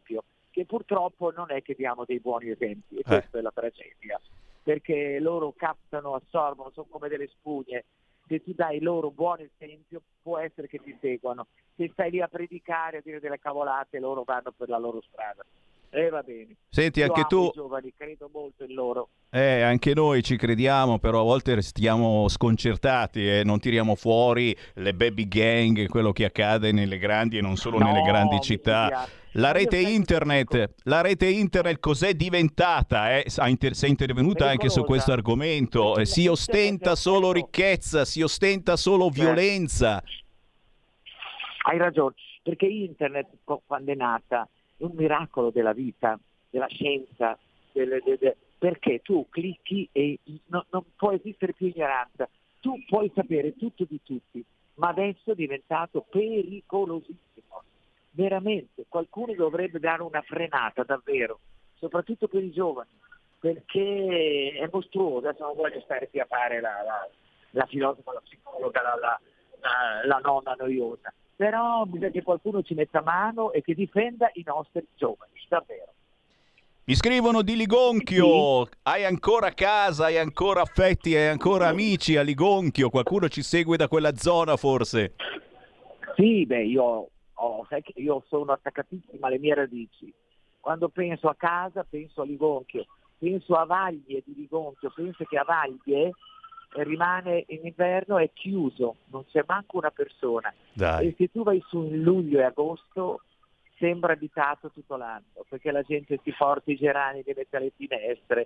che purtroppo non è che diamo dei buoni esempi, e questa eh. è la tragedia, perché loro captano, assorbono, sono come delle spugne. Se tu dai loro un buon esempio può essere che ti seguano, se stai lì a predicare, a dire delle cavolate, loro vanno per la loro strada. E eh, va bene. Senti, Io anche amo tu i giovani, credo molto in loro. Eh, anche noi ci crediamo, però a volte restiamo sconcertati e eh? non tiriamo fuori le baby gang, quello che accade nelle grandi e non solo no, nelle grandi città. La rete internet, la rete internet cos'è diventata? Eh? Sei intervenuta anche su questo argomento. Eh, si ostenta solo ricchezza, si ostenta solo violenza. Hai ragione, perché internet quando è nata è un miracolo della vita, della scienza, delle, delle, perché tu clicchi e no, non può esistere più ignoranza, tu puoi sapere tutto di tutti, ma adesso è diventato pericolosissimo, veramente, qualcuno dovrebbe dare una frenata davvero, soprattutto per i giovani, perché è mostruoso. Adesso non voglio stare qui a fare la, la, la filosofa, la psicologa, la, la, la, la nonna noiosa, però bisogna che qualcuno ci metta mano e che difenda i nostri giovani, davvero. Mi scrivono di Ligonchio, sì. Hai ancora casa, hai ancora affetti, hai ancora amici a Ligonchio, qualcuno ci segue da quella zona forse? Sì, beh, io, oh, sai che io sono attaccatissima alle mie radici, quando penso a casa penso a Ligonchio, penso a Vaglie di Ligonchio, penso che a Vaglie rimane in inverno, è chiuso, non c'è manco una persona. Dai. E se tu vai su in luglio e agosto sembra abitato tutto l'anno, perché la gente si porta i gerani, li mette alle finestre,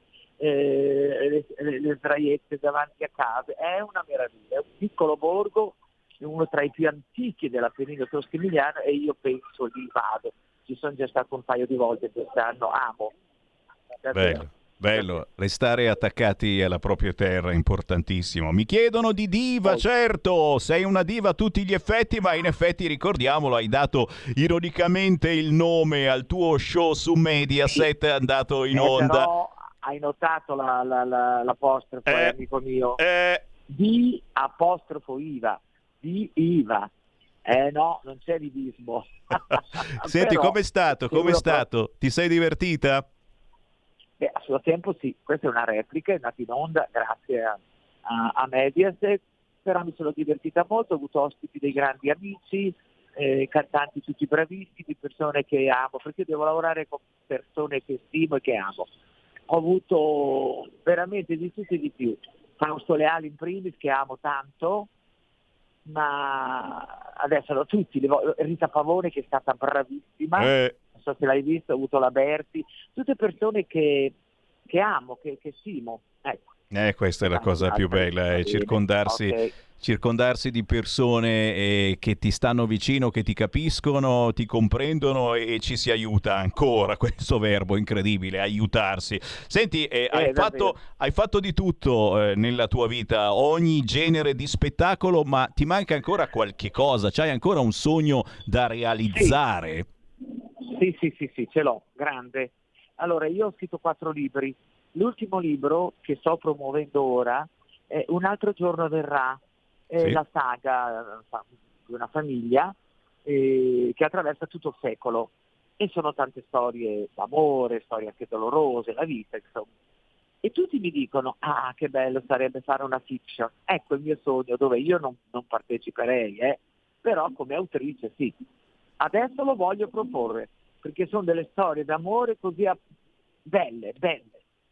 eh, le, le, le traiette davanti a casa, è una meraviglia, è un piccolo borgo, uno tra i più antichi della penisola tosco-emiliana, e io penso lì vado, ci sono già stato un paio di volte quest'anno, amo. Davvero. Bello. Bello, restare attaccati alla propria terra è importantissimo. Mi chiedono di diva, certo, sei una diva a tutti gli effetti, ma in effetti ricordiamolo, hai dato ironicamente il nome al tuo show su Mediaset, è andato in eh, onda. Però hai notato la, la, la, l'apostrofo, eh, amico mio? Eh. Di apostrofo IVA, di IVA. Eh no, non c'è divismo. Senti, com'è stato? Com'è stato? Ti sei divertita? Beh, a suo tempo sì, questa è una replica, è nata in onda grazie a, a, a Mediaset, però mi sono divertita molto, ho avuto ospiti dei grandi amici, eh, cantanti tutti bravissimi, persone che amo, perché devo lavorare con persone che stimo e che amo. Ho avuto veramente di tutto e di più. Fausto Leali in primis, che amo tanto, ma adesso no, tutti, Rita Pavone che è stata bravissima, eh. non so se l'hai visto, ho avuto la Berti, tutte persone che, che amo, che, che stimo, ecco. Eh, questa è la cosa più bella, è circondarsi, okay. circondarsi di persone eh, che ti stanno vicino, che ti capiscono, ti comprendono e ci si aiuta ancora, questo verbo incredibile, aiutarsi. Senti, eh, eh, hai, fatto, hai fatto di tutto eh, nella tua vita, ogni genere di spettacolo, ma ti manca ancora qualche cosa? C'hai ancora un sogno da realizzare? Sì, sì, sì, sì, ce l'ho, grande. Allora, io ho scritto quattro libri. L'ultimo libro che sto promuovendo ora è Un altro giorno verrà, è sì. la saga di una famiglia eh, che attraversa tutto il secolo, e sono tante storie d'amore, storie anche dolorose, la vita, insomma. E tutti mi dicono, ah, che bello sarebbe fare una fiction. Ecco il mio sogno, dove io non, non parteciperei, eh, però come autrice sì. Adesso lo voglio proporre, perché sono delle storie d'amore così a... belle, belle.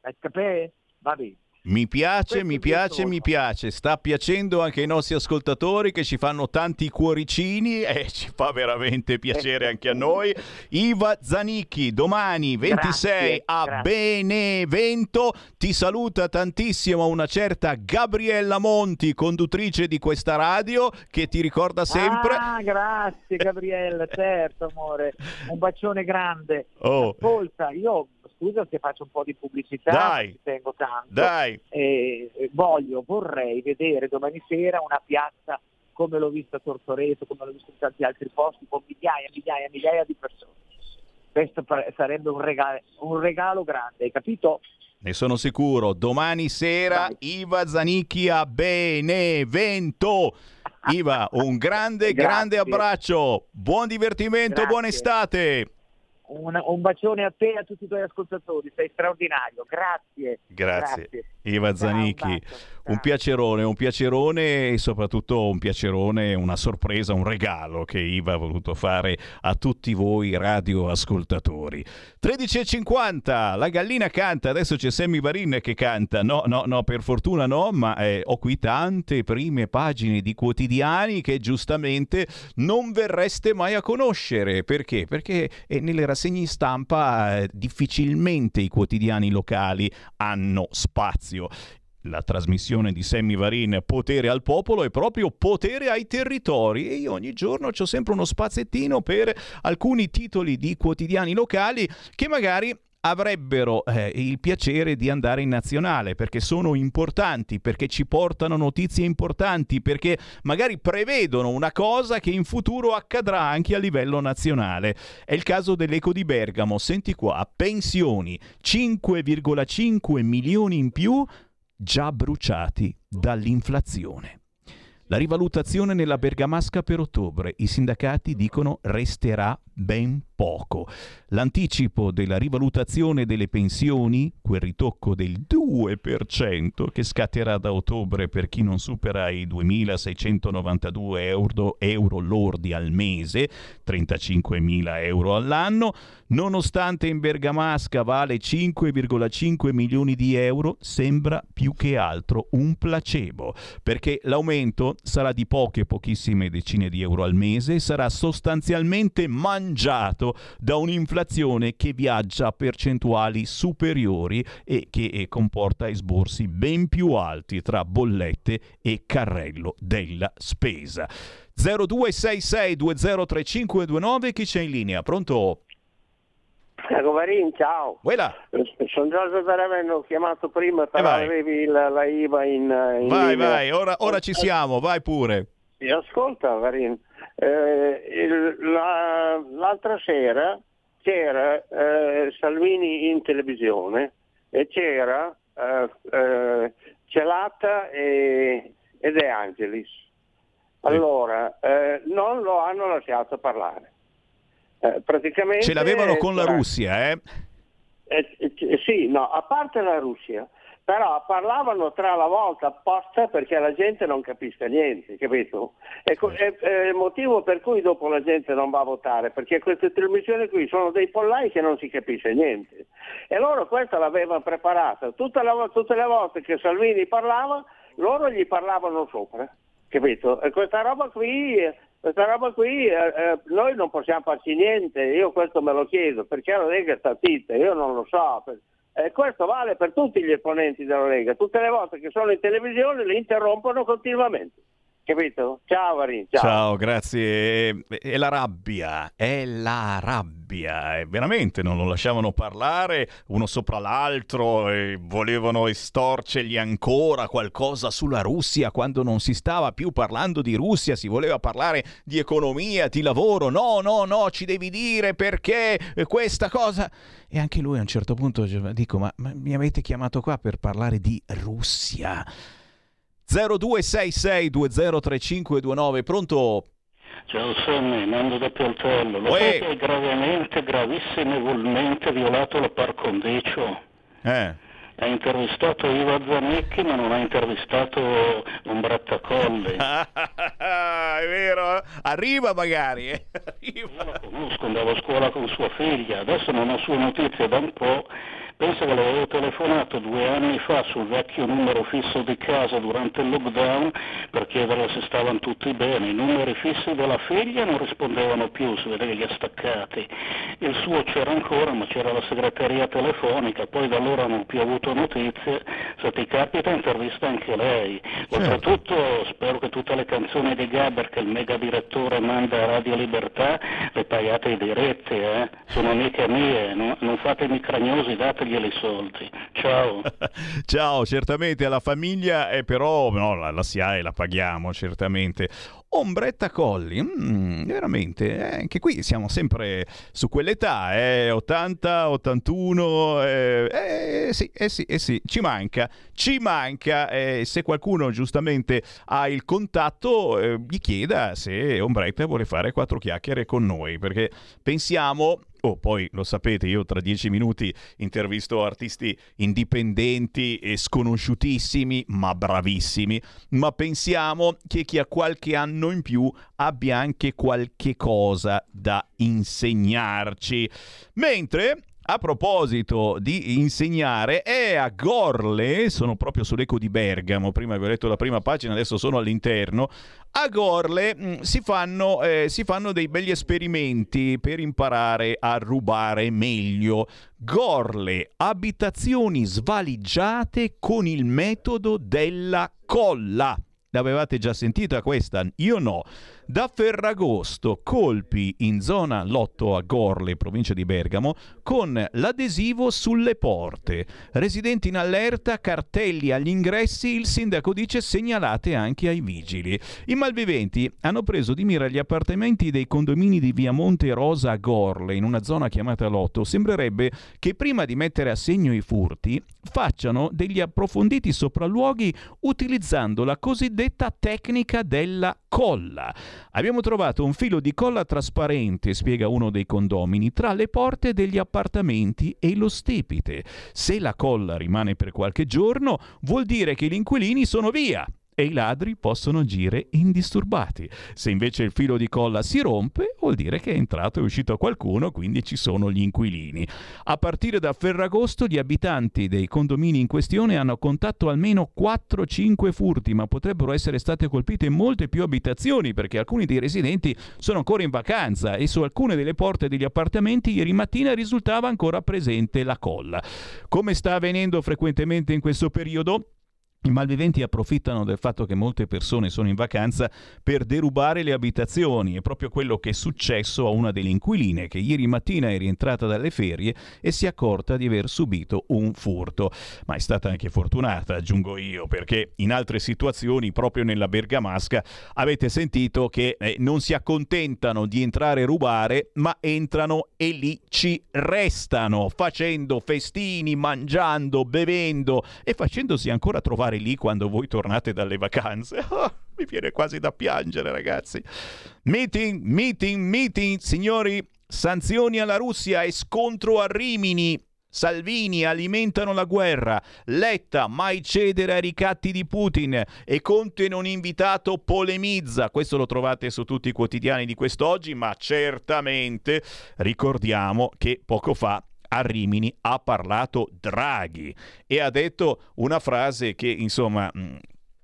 Va bene. Mi piace, Questo mi piace, mi piace. Sta piacendo anche ai nostri ascoltatori che ci fanno tanti cuoricini e ci fa veramente piacere anche a noi. Iva Zanicchi, domani ventisei grazie, a grazie. Benevento. Ti saluta tantissimo una certa Gabriella Monti, conduttrice di questa radio, che ti ricorda sempre. Ah, grazie Gabriella, certo amore. Un bacione grande. Oh. Ascolta, io... Scusa se faccio un po' di pubblicità, dai, ci tengo tanto. Dai. Eh, voglio, vorrei vedere domani sera una piazza come l'ho vista a Tortoreto, come l'ho vista in tanti altri posti, con migliaia, migliaia, migliaia di persone. Questo sarebbe un regalo, un regalo grande, hai capito? Ne sono sicuro. Domani sera Dai. Iva Zanicchi a Benevento. Iva, un grande, grande abbraccio. Buon divertimento, Grazie. Buona estate. un, un bacione a te e a tutti i tuoi ascoltatori, sei straordinario, grazie. Grazie. Grazie. Iva Zanicchi, Ciao, un piacerone, un piacerone e soprattutto un piacerone, una sorpresa, un regalo che Iva ha voluto fare a tutti voi radioascoltatori. tredici e cinquanta, la gallina canta, adesso c'è Sammy Varin che canta, no, no, no, per fortuna no, ma eh, ho qui tante prime pagine di quotidiani che giustamente non verreste mai a conoscere. Perché? Perché eh, nelle rassegne stampa eh, difficilmente i quotidiani locali hanno spazio. La trasmissione di Sammy Varin, Potere al Popolo, è proprio potere ai territori, e io ogni giorno c'ho sempre uno spazzettino per alcuni titoli di quotidiani locali che magari avrebbero eh, il piacere di andare in nazionale, perché sono importanti, perché ci portano notizie importanti, perché magari prevedono una cosa che in futuro accadrà anche a livello nazionale. È il caso dell'Eco di Bergamo. Senti qua, pensioni, cinque virgola cinque milioni in più già bruciati dall'inflazione. La rivalutazione nella bergamasca per ottobre, i sindacati dicono resterà ben poco. L'anticipo della rivalutazione delle pensioni, quel ritocco del due per cento che scatterà da ottobre per chi non supera i duemilaseicentonovantadue euro, euro lordi al mese, trentacinquemila euro all'anno, nonostante in bergamasca vale cinque virgola cinque milioni di euro, sembra più che altro un placebo, perché l'aumento sarà di poche pochissime decine di euro al mese e sarà sostanzialmente mangiato da un'inflazione che viaggia a percentuali superiori e che comporta esborsi ben più alti tra bollette e carrello della spesa. zero due sei sei due zero tre cinque due nove, chi c'è in linea? Pronto? Ecco Varin, ciao. Quella. Sono Giorgio da Ravenna, ho chiamato prima, però avevi la, la I V A in, in Vai, linea. vai, ora, ora ci siamo, vai pure. Sì, ascolta Varin, eh, il, la, l'altra sera c'era eh, Salvini in televisione e c'era eh, eh, Celata e, e De Angelis. Allora, eh, non lo hanno lasciato parlare. Eh, praticamente ce l'avevano con la Russia, eh? Eh, eh? Sì, no, a parte la Russia, però parlavano tra la volta apposta perché la gente non capisca niente, capito? È, è, è il motivo per cui dopo la gente non va a votare, perché queste trasmissioni qui sono dei pollai che non si capisce niente. E loro questa l'avevano preparata. Tutte le, tutte le volte che Salvini parlava, loro gli parlavano sopra, capito? E questa roba qui... Questa roba qui eh, eh, noi non possiamo farci niente, io questo me lo chiedo, perché la Lega sta zitta, io non lo so. E eh, questo vale per tutti gli esponenti della Lega, tutte le volte che sono in televisione li interrompono continuamente. Capito? Ciao Varin, ciao. Ciao, grazie. È la rabbia, è la rabbia. E veramente non lo lasciavano parlare uno sopra l'altro e volevano estorcergli ancora qualcosa sulla Russia quando non si stava più parlando di Russia, si voleva parlare di economia, di lavoro. No, no, no, ci devi dire perché questa cosa... E anche lui a un certo punto dico, ma, ma mi avete chiamato qua per parlare di Russia? zero due sei sei due zero tre cinque due nove, pronto? Ciao Sammy, Nando da Pioltello. Lo sai che hai gravemente, gravissimevolmente violato la par condicio? Eh. Ha intervistato Iva Zanicchi ma non ha intervistato Umberto Colli. È vero? Eh? Arriva magari. Eh? Arriva. Io la conosco, andavo a scuola con sua figlia, adesso non ho sue notizie da un po'. Penso che l'avevo telefonato due anni fa sul vecchio numero fisso di casa durante il lockdown per chiederle se stavano tutti bene. I numeri fissi della figlia non rispondevano più, si vede che li ha staccati. Il suo c'era ancora, ma c'era la segreteria telefonica, poi da allora non ho più avuto notizie. Se ti capita intervista anche lei. Oltretutto spero che tutte le canzoni di Gabber che il mega direttore manda a Radio Libertà le pagate i diritti, eh? Sono amiche mie, no? Non fatemi cragnosi, dategli i soldi. Ciao. Ciao, certamente alla famiglia, e eh, però no, la, la S I A E la paghiamo certamente. Ombretta Colli, mm, veramente, eh, anche qui siamo sempre su quell'età, eh, ottanta, ottantuno, eh, eh, sì, eh sì, eh sì, ci manca, ci manca, eh, se qualcuno giustamente ha il contatto, eh, gli chieda se Ombretta vuole fare quattro chiacchiere con noi, perché pensiamo Oh, poi lo sapete, io tra dieci minuti intervisto artisti indipendenti e sconosciutissimi, ma bravissimi. Ma pensiamo che chi ha qualche anno in più abbia anche qualche cosa da insegnarci. Mentre, a proposito di insegnare, è a Gorle, sono proprio sull'Eco di Bergamo, prima vi ho letto la prima pagina, adesso sono all'interno. A Gorle mh, si, fanno, eh, si fanno dei begli esperimenti per imparare a rubare meglio. Gorle, abitazioni svaligiate con il metodo della colla. L'avevate già sentita questa? Io no. Da Ferragosto, colpi in zona Lotto a Gorle, provincia di Bergamo, con l'adesivo sulle porte. Residenti in allerta, cartelli agli ingressi, il sindaco dice segnalate anche ai vigili. I malviventi hanno preso di mira gli appartamenti dei condomini di via Monte Rosa a Gorle, in una zona chiamata Lotto. Sembrerebbe che prima di mettere a segno i furti facciano degli approfonditi sopralluoghi utilizzando la cosiddetta tecnica della colla. Abbiamo trovato un filo di colla trasparente, spiega uno dei condomini, tra le porte degli appartamenti e lo stipite. Se la colla rimane per qualche giorno, vuol dire che gli inquilini sono via e i ladri possono agire indisturbati. Se invece il filo di colla si rompe, vuol dire che è entrato e uscito qualcuno, quindi ci sono gli inquilini. A partire da Ferragosto gli abitanti dei condomini in questione hanno contato almeno quattro cinque furti, ma potrebbero essere state colpite molte più abitazioni perché alcuni dei residenti sono ancora in vacanza e su alcune delle porte degli appartamenti ieri mattina risultava ancora presente la colla. Come sta avvenendo frequentemente in questo periodo, i malviventi approfittano del fatto che molte persone sono in vacanza per derubare le abitazioni. È proprio quello che è successo a una delle inquiline che ieri mattina è rientrata dalle ferie e si è accorta di aver subito un furto. Ma è stata anche fortunata, aggiungo io, perché in altre situazioni, proprio nella Bergamasca, avete sentito che eh, non si accontentano di entrare e rubare, ma entrano e lì ci restano, facendo festini, mangiando, bevendo e facendosi ancora trovare lì quando voi tornate dalle vacanze. Oh, mi viene quasi da piangere, ragazzi. Meeting, meeting, meeting, signori. Sanzioni alla Russia e scontro a Rimini. Salvini alimentano la guerra. Letta mai cedere ai ricatti di Putin e Conte non invitato polemizza. Questo lo trovate su tutti i quotidiani di quest'oggi, ma certamente ricordiamo che poco fa a Rimini ha parlato Draghi e ha detto una frase che, insomma, mh,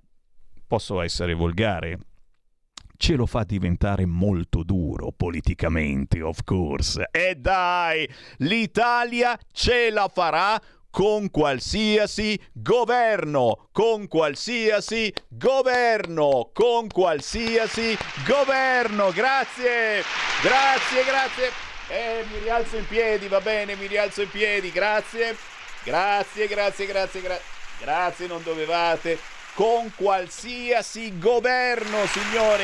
posso essere volgare, ce lo fa diventare molto duro politicamente, of course. E dai, l'Italia ce la farà con qualsiasi governo, con qualsiasi governo, con qualsiasi governo. Grazie, grazie, grazie. Eh, mi rialzo in piedi, va bene, mi rialzo in piedi, grazie, grazie, grazie, grazie, gra- grazie, non dovevate, con qualsiasi governo, signori,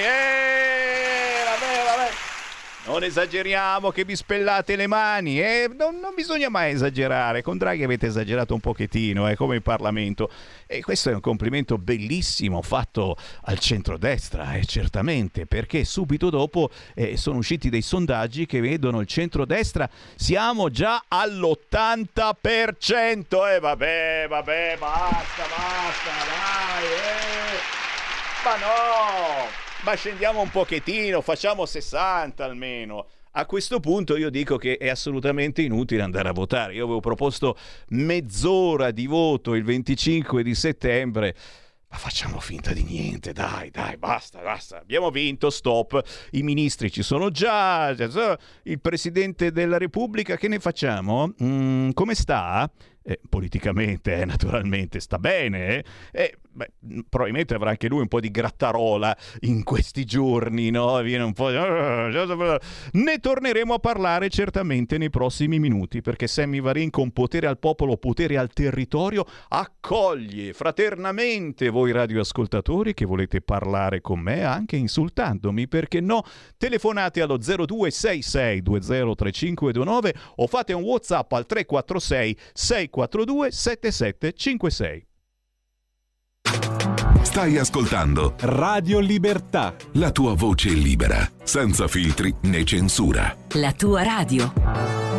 eh, vabbè, vabbè, non esageriamo che vi spellate le mani, eh, non, non bisogna mai esagerare, con Draghi avete esagerato un pochettino, eh, come in Parlamento, e questo è un complimento bellissimo fatto al centrodestra, eh, certamente, perché subito dopo eh, sono usciti dei sondaggi che vedono il centrodestra, siamo già all'ottanta per cento, e eh, vabbè, vabbè, basta, basta, dai, eh. ma no! Ma scendiamo un pochettino, facciamo sessanta almeno. A questo punto io dico che è assolutamente inutile andare a votare. Io avevo proposto mezz'ora di voto il venticinque di settembre. Ma facciamo finta di niente, dai, dai, basta, basta. Abbiamo vinto, stop. I ministri ci sono già. Il Presidente della Repubblica, che ne facciamo? Mm, come sta? Eh, politicamente, eh, naturalmente, sta bene. Eh? Eh, beh, probabilmente avrà anche lui un po' di grattarola in questi giorni, no? Viene un po' di... Ne torneremo a parlare certamente nei prossimi minuti, perché Sammy Varin, con potere al popolo, potere al territorio, accoglie fraternamente voi radioascoltatori che volete parlare con me, anche insultandomi, perché no? Telefonate allo zero due sei sei due zero tre cinque due nove o fate un WhatsApp al tre quattro sei sei quattro due sette sette cinque sei. Stai ascoltando Radio Libertà, la tua voce libera, senza filtri né censura. La tua radio.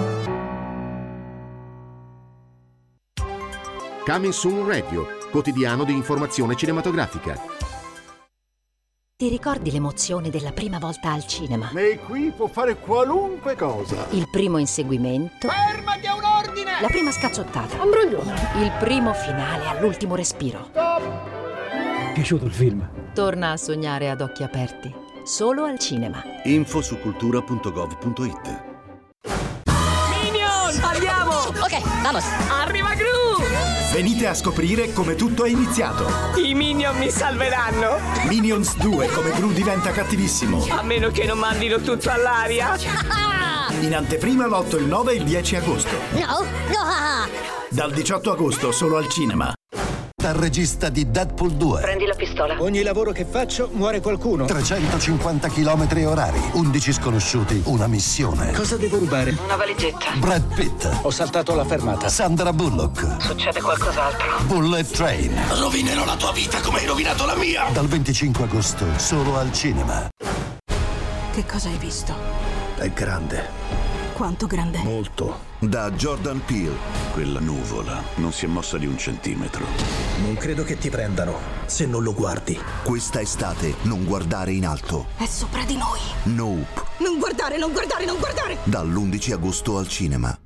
Coming Soon Radio, quotidiano di informazione cinematografica. Ti ricordi l'emozione della prima volta al cinema? Lei qui può fare qualunque cosa. Il primo inseguimento. Fermati a un ordine! La prima scazzottata. Ambroglione. Il primo finale all'ultimo respiro. Stop! Piaciuto il film? Torna a sognare ad occhi aperti. Solo al cinema. Info su cultura punto gov punto it. Minion! Andiamo! Ok, vamos! Arriva Gru! Venite a scoprire come tutto è iniziato. I Minion mi salveranno? Minions due, come Gru diventa cattivissimo. A meno che non mandino tutto all'aria. In anteprima l'otto, il nove e il dieci agosto. No, no! Dal diciotto agosto solo al cinema. Dal regista di Deadpool due. Prendi la pistola. Ogni lavoro che faccio muore qualcuno. trecentocinquanta chilometri orari, undici sconosciuti, una missione. Cosa devo rubare? Una valigetta. Brad Pitt. Ho saltato la fermata. Sandra Bullock. Succede qualcos'altro. Bullet Train. Rovinerò la tua vita come hai rovinato la mia. Dal venticinque agosto solo al cinema. Che cosa hai visto? È grande. Quanto grande? Molto. Da Jordan Peele, quella nuvola non si è mossa di un centimetro. Non credo che ti prendano se non lo guardi. Questa estate non guardare in alto. È sopra di noi. Nope. Non guardare, non guardare, non guardare! Dall'undici agosto al cinema.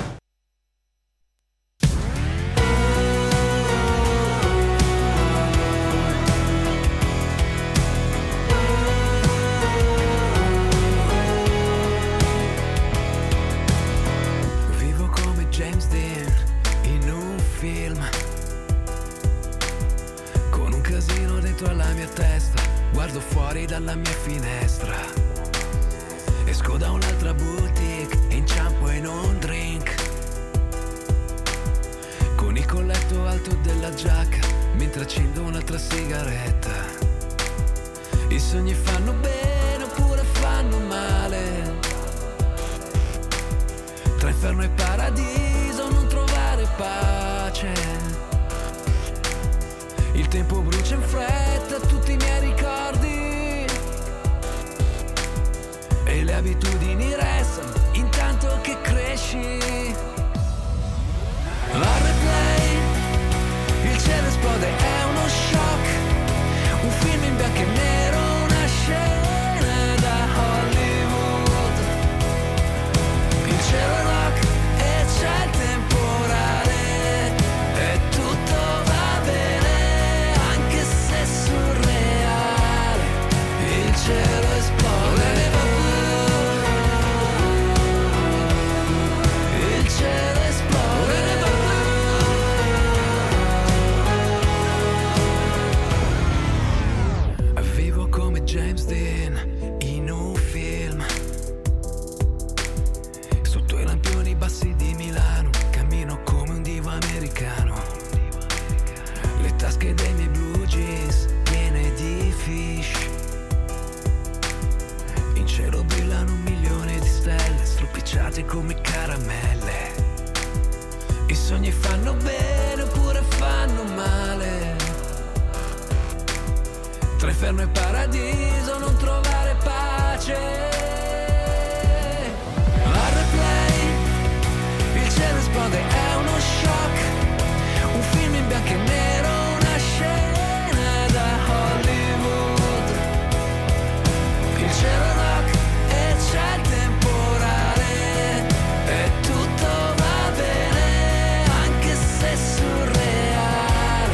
Guardo fuori dalla mia finestra, esco da un'altra boutique e inciampo in un drink, con il colletto alto della giacca mentre accendo un'altra sigaretta. I sogni fanno bene oppure fanno male, tra inferno e paradiso non trovare pace. Il tempo brucia in fretta tutti i miei ricordi e le abitudini restano intanto che cresci. La replay, il cielo esplode, è uno shock, un film in bianco e nero, una scena da Hollywood. Il cielo è rock e c'è il temporale e tutto va bene. Surreale, il cielo esplode, il cielo esplode. Vivo come James Dean in un film, sotto i lampioni bassi di Milano, cammino come un divo americano. Le tasche dei miei blue jeans piene di fish, in cielo brillano un milione di stelle stropicciate come caramelle. I sogni fanno bene oppure fanno male, tra inferno e paradiso non trovare pace. La replay, il cielo esplode, è uno shock, un film in bianco e nero, una scena da Hollywood. Il cielo è rock e c'è il temporale e tutto va bene anche se è surreale.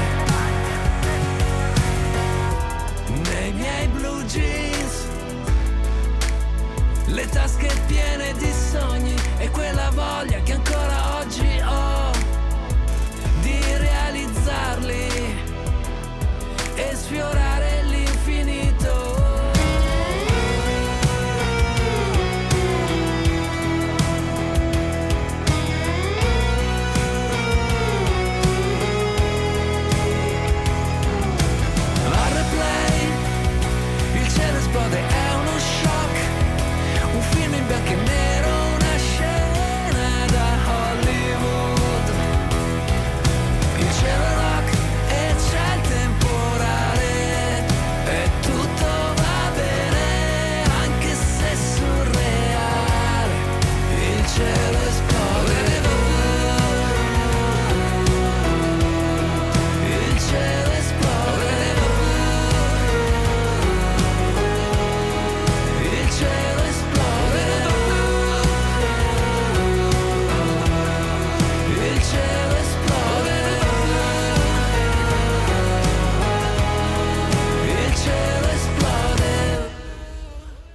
Nei miei blue jeans, le tasche piene di sogni e quella voglia che ancora oggi ho di realizzarli e sfiorare l'infinito. La replay, il cielo esplode, è uno shock, un film in bianco e nero,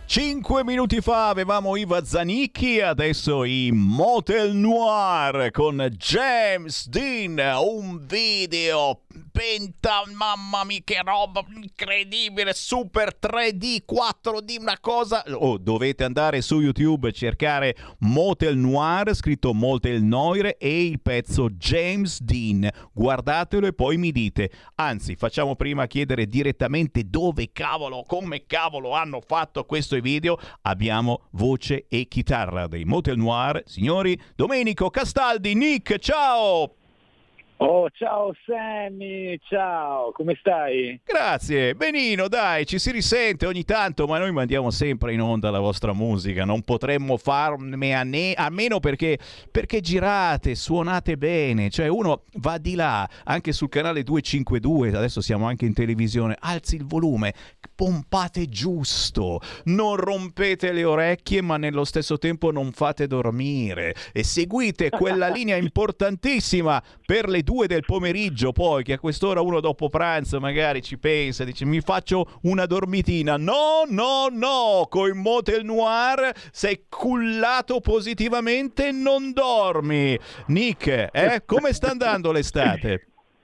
Cinque minuti fa avevamo i Zanicchi, adesso i Motel Noir con James Dean, un video penta, mamma mia che roba incredibile, super tre D, quattro D, una cosa... Oh, dovete andare su YouTube e cercare Motel Noir, scritto Motel Noir, e il pezzo James Dean, guardatelo e poi mi dite, anzi facciamo prima chiedere direttamente dove cavolo, come cavolo hanno fatto questo video. Abbiamo voce e chitarra dei Motel Noir, signori, Domenico Castaldi. Nick, ciao! Oh, ciao Sammy, ciao, come stai? Grazie, benino, dai, ci si risente ogni tanto, ma noi mandiamo sempre in onda la vostra musica, non potremmo farne a, ne- a meno perché, perché girate, suonate bene, cioè uno va di là, anche sul canale duecentocinquantadue, adesso siamo anche in televisione, alzi il volume, pompate giusto, non rompete le orecchie ma nello stesso tempo non fate dormire e seguite quella linea importantissima per le due del pomeriggio, poi che a quest'ora uno dopo pranzo magari ci pensa, dice mi faccio una dormitina. No, no, no, con Motel Noir sei cullato positivamente, non dormi. Nick, eh, come sta andando l'estate?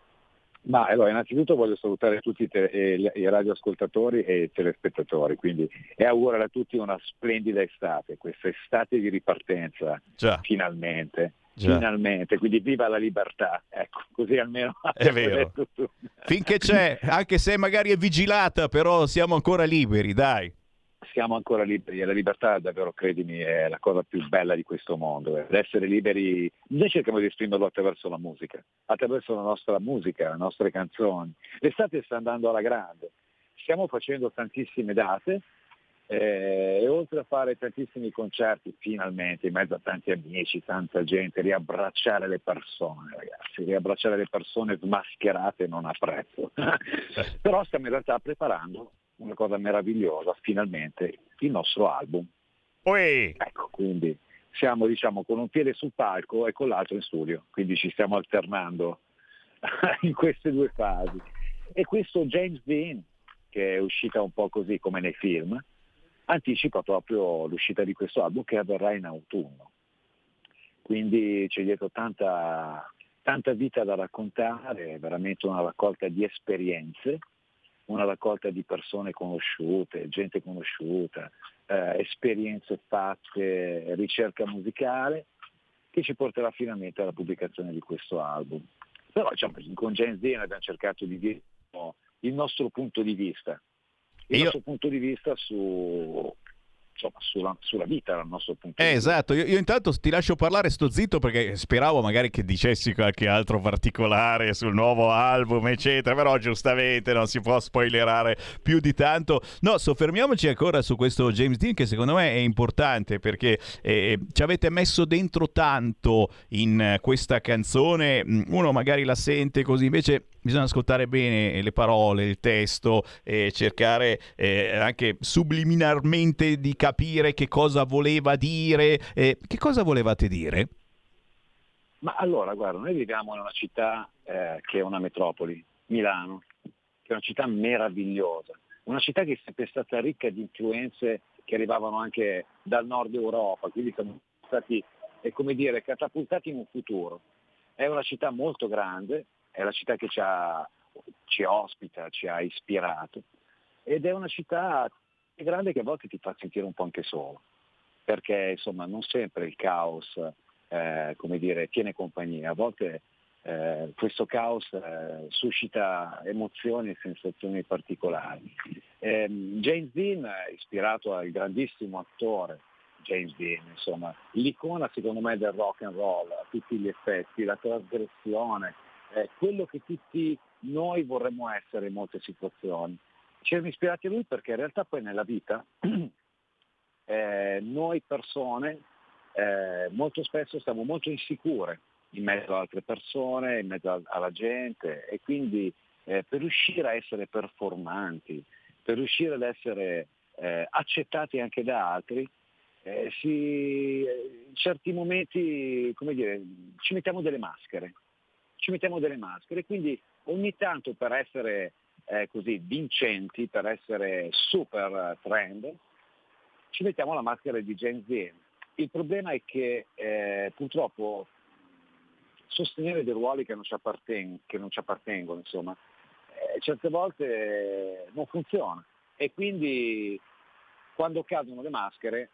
Ma allora, innanzitutto voglio salutare tutti i, te- eh, i radioascoltatori e i telespettatori, quindi e augurare a tutti una splendida estate, questa estate di ripartenza, Già. finalmente. Già. Finalmente, quindi viva la libertà, ecco, così almeno è vero. Finché c'è, anche se magari è vigilata, però siamo ancora liberi, dai. Siamo ancora liberi e la libertà davvero, credimi, è la cosa più bella di questo mondo. Ed essere liberi, noi cerchiamo di esprimerlo attraverso la musica, attraverso la nostra musica, le nostre canzoni. L'estate sta andando alla grande, stiamo facendo tantissime date, Eh, e oltre a fare tantissimi concerti, finalmente in mezzo a tanti amici, tanta gente, riabbracciare le persone, ragazzi, riabbracciare le persone smascherate non ha prezzo. Però stiamo in realtà preparando una cosa meravigliosa, finalmente il nostro album. Oi. Ecco, quindi siamo, diciamo, con un piede sul palco e con l'altro in studio, quindi ci stiamo alternando in queste due fasi. E questo James Dean, che è uscita un po' così come nei film, anticipa proprio l'uscita di questo album che avverrà in autunno. Quindi c'è dietro tanta, tanta vita da raccontare, veramente una raccolta di esperienze, una raccolta di persone conosciute, gente conosciuta, eh, esperienze fatte, ricerca musicale, che ci porterà finalmente alla pubblicazione di questo album. Però diciamo, con James Dean abbiamo cercato di dire il nostro punto di vista, il io... nostro punto di vista su, insomma, sulla, sulla vita, dal nostro punto eh, di vista. Esatto, io, io intanto ti lascio parlare, sto zitto perché speravo magari che dicessi qualche altro particolare sul nuovo album, eccetera, però giustamente non si può spoilerare più di tanto. No, soffermiamoci ancora su questo James Dean che secondo me è importante perché eh, ci avete messo dentro tanto in questa canzone, uno magari la sente così, invece bisogna ascoltare bene le parole, il testo e cercare eh, anche subliminarmente di capire che cosa voleva dire. Eh, che cosa volevate dire? Ma allora, guarda, noi viviamo in una città eh, che è una metropoli, Milano, che è una città meravigliosa, una città che è sempre stata ricca di influenze che arrivavano anche dal nord Europa, quindi siamo stati, è come dire, catapultati in un futuro. È una città molto grande, è la città che ci, ha, ci ospita, ci ha ispirato, ed è una città grande che a volte ti fa sentire un po' anche solo, perché insomma non sempre il caos eh, come dire, tiene compagnia, a volte eh, questo caos eh, suscita emozioni e sensazioni particolari. Eh, James Dean è ispirato al grandissimo attore James Dean, insomma, l'icona secondo me del rock and roll, a tutti gli effetti, la trasgressione, eh, quello che tutti noi vorremmo essere in molte situazioni. Ci siamo ispirati a lui perché in realtà poi nella vita eh, noi persone eh, molto spesso siamo molto insicure in mezzo ad altre persone, in mezzo a, alla gente, e quindi eh, per riuscire a essere performanti, per riuscire ad essere eh, accettati anche da altri, eh, si, in certi momenti, come dire, ci mettiamo delle maschere, ci mettiamo delle maschere, quindi ogni tanto per essere eh, così vincenti, per essere super trend, ci mettiamo la maschera di Gen Z. Il problema è che eh, purtroppo sostenere dei ruoli che non ci, apparten- che non ci appartengono, insomma, eh, certe volte eh, non funziona. E quindi quando cadono le maschere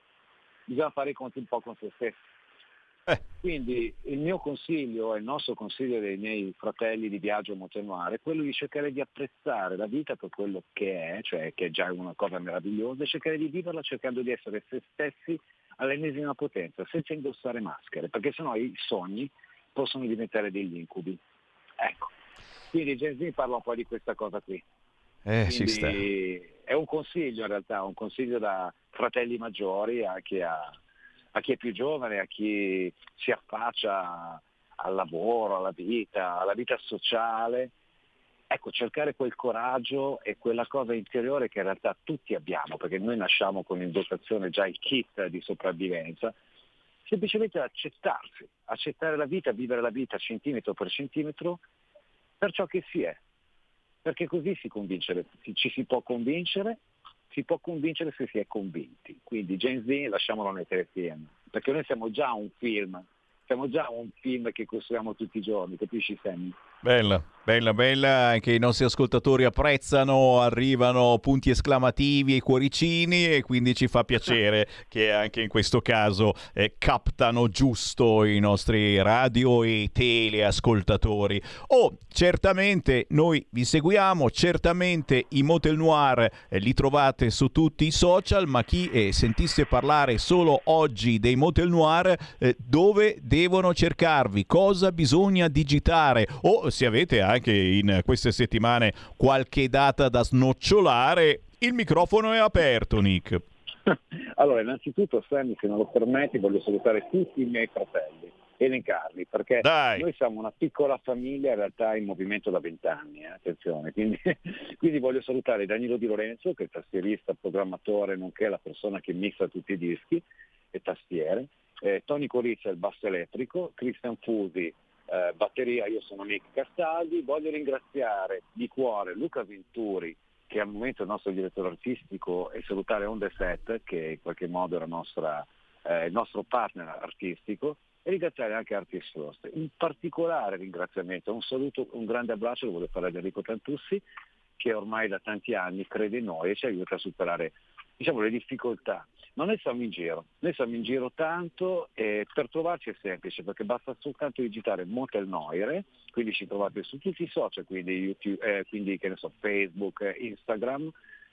bisogna fare i conti un po' con se stessi. Eh. Quindi il mio consiglio e il nostro consiglio dei miei fratelli di viaggio Motel Noir è quello di cercare di apprezzare la vita per quello che è, cioè che è già una cosa meravigliosa, e cercare di viverla cercando di essere se stessi all'ennesima potenza, senza indossare maschere, perché sennò i sogni possono diventare degli incubi. Ecco, quindi Gen Z parla un po' di questa cosa qui. Eh, quindi ci sta. È un consiglio in realtà, un consiglio da fratelli maggiori a chi, ha, a chi è più giovane, a chi si affaccia al lavoro, alla vita, alla vita sociale. Ecco, cercare quel coraggio e quella cosa interiore che in realtà tutti abbiamo, perché noi nasciamo con in dotazione già il kit di sopravvivenza, semplicemente accettarsi, accettare la vita, vivere la vita centimetro per centimetro per ciò che si è, perché così si convince, ci si può convincere, si può convincere se si è convinti. Quindi Gen Z lasciamolo nei telefilm, perché noi siamo già un film, siamo già un film che costruiamo tutti i giorni, capisci Sammy? Bella, bella, bella, anche i nostri ascoltatori apprezzano, arrivano punti esclamativi e cuoricini, e quindi ci fa piacere che anche in questo caso eh, captano giusto i nostri radio e teleascoltatori. Oh, certamente noi vi seguiamo, certamente i Motel Noir eh, li trovate su tutti i social, ma chi eh, sentisse parlare solo oggi dei Motel Noir, eh, dove devono cercarvi, cosa bisogna digitare, o se avete anche in queste settimane qualche data da snocciolare, il microfono è aperto, Nick. Allora, innanzitutto, Sammy, se non lo permetti, voglio salutare tutti i miei fratelli, elencarli, perché Dai. Noi siamo una piccola famiglia in realtà in movimento da vent'anni, eh, attenzione, quindi, quindi voglio salutare Danilo Di Lorenzo, che è tastierista, programmatore, nonché la persona che mixa tutti i dischi e tastiere, eh, Tony Corizza, il basso elettrico, Christian Fusi, Eh, batteria, io sono Nick Castaldi. Voglio ringraziare di cuore Luca Venturi, che al momento è il nostro direttore artistico, e salutare On The Set, che in qualche modo è la nostra, eh, il nostro partner artistico, e ringraziare anche Artist First. Un particolare ringraziamento, un saluto, un grande abbraccio lo voglio fare ad Enrico Tantussi, che ormai da tanti anni crede in noi e ci aiuta a superare, diciamo, le difficoltà. Ma noi siamo in giro, noi siamo in giro tanto, e per trovarci è semplice, perché basta soltanto digitare Motel Noir, quindi ci trovate su tutti i social, quindi YouTube, eh, quindi che ne so, Facebook, eh, Instagram,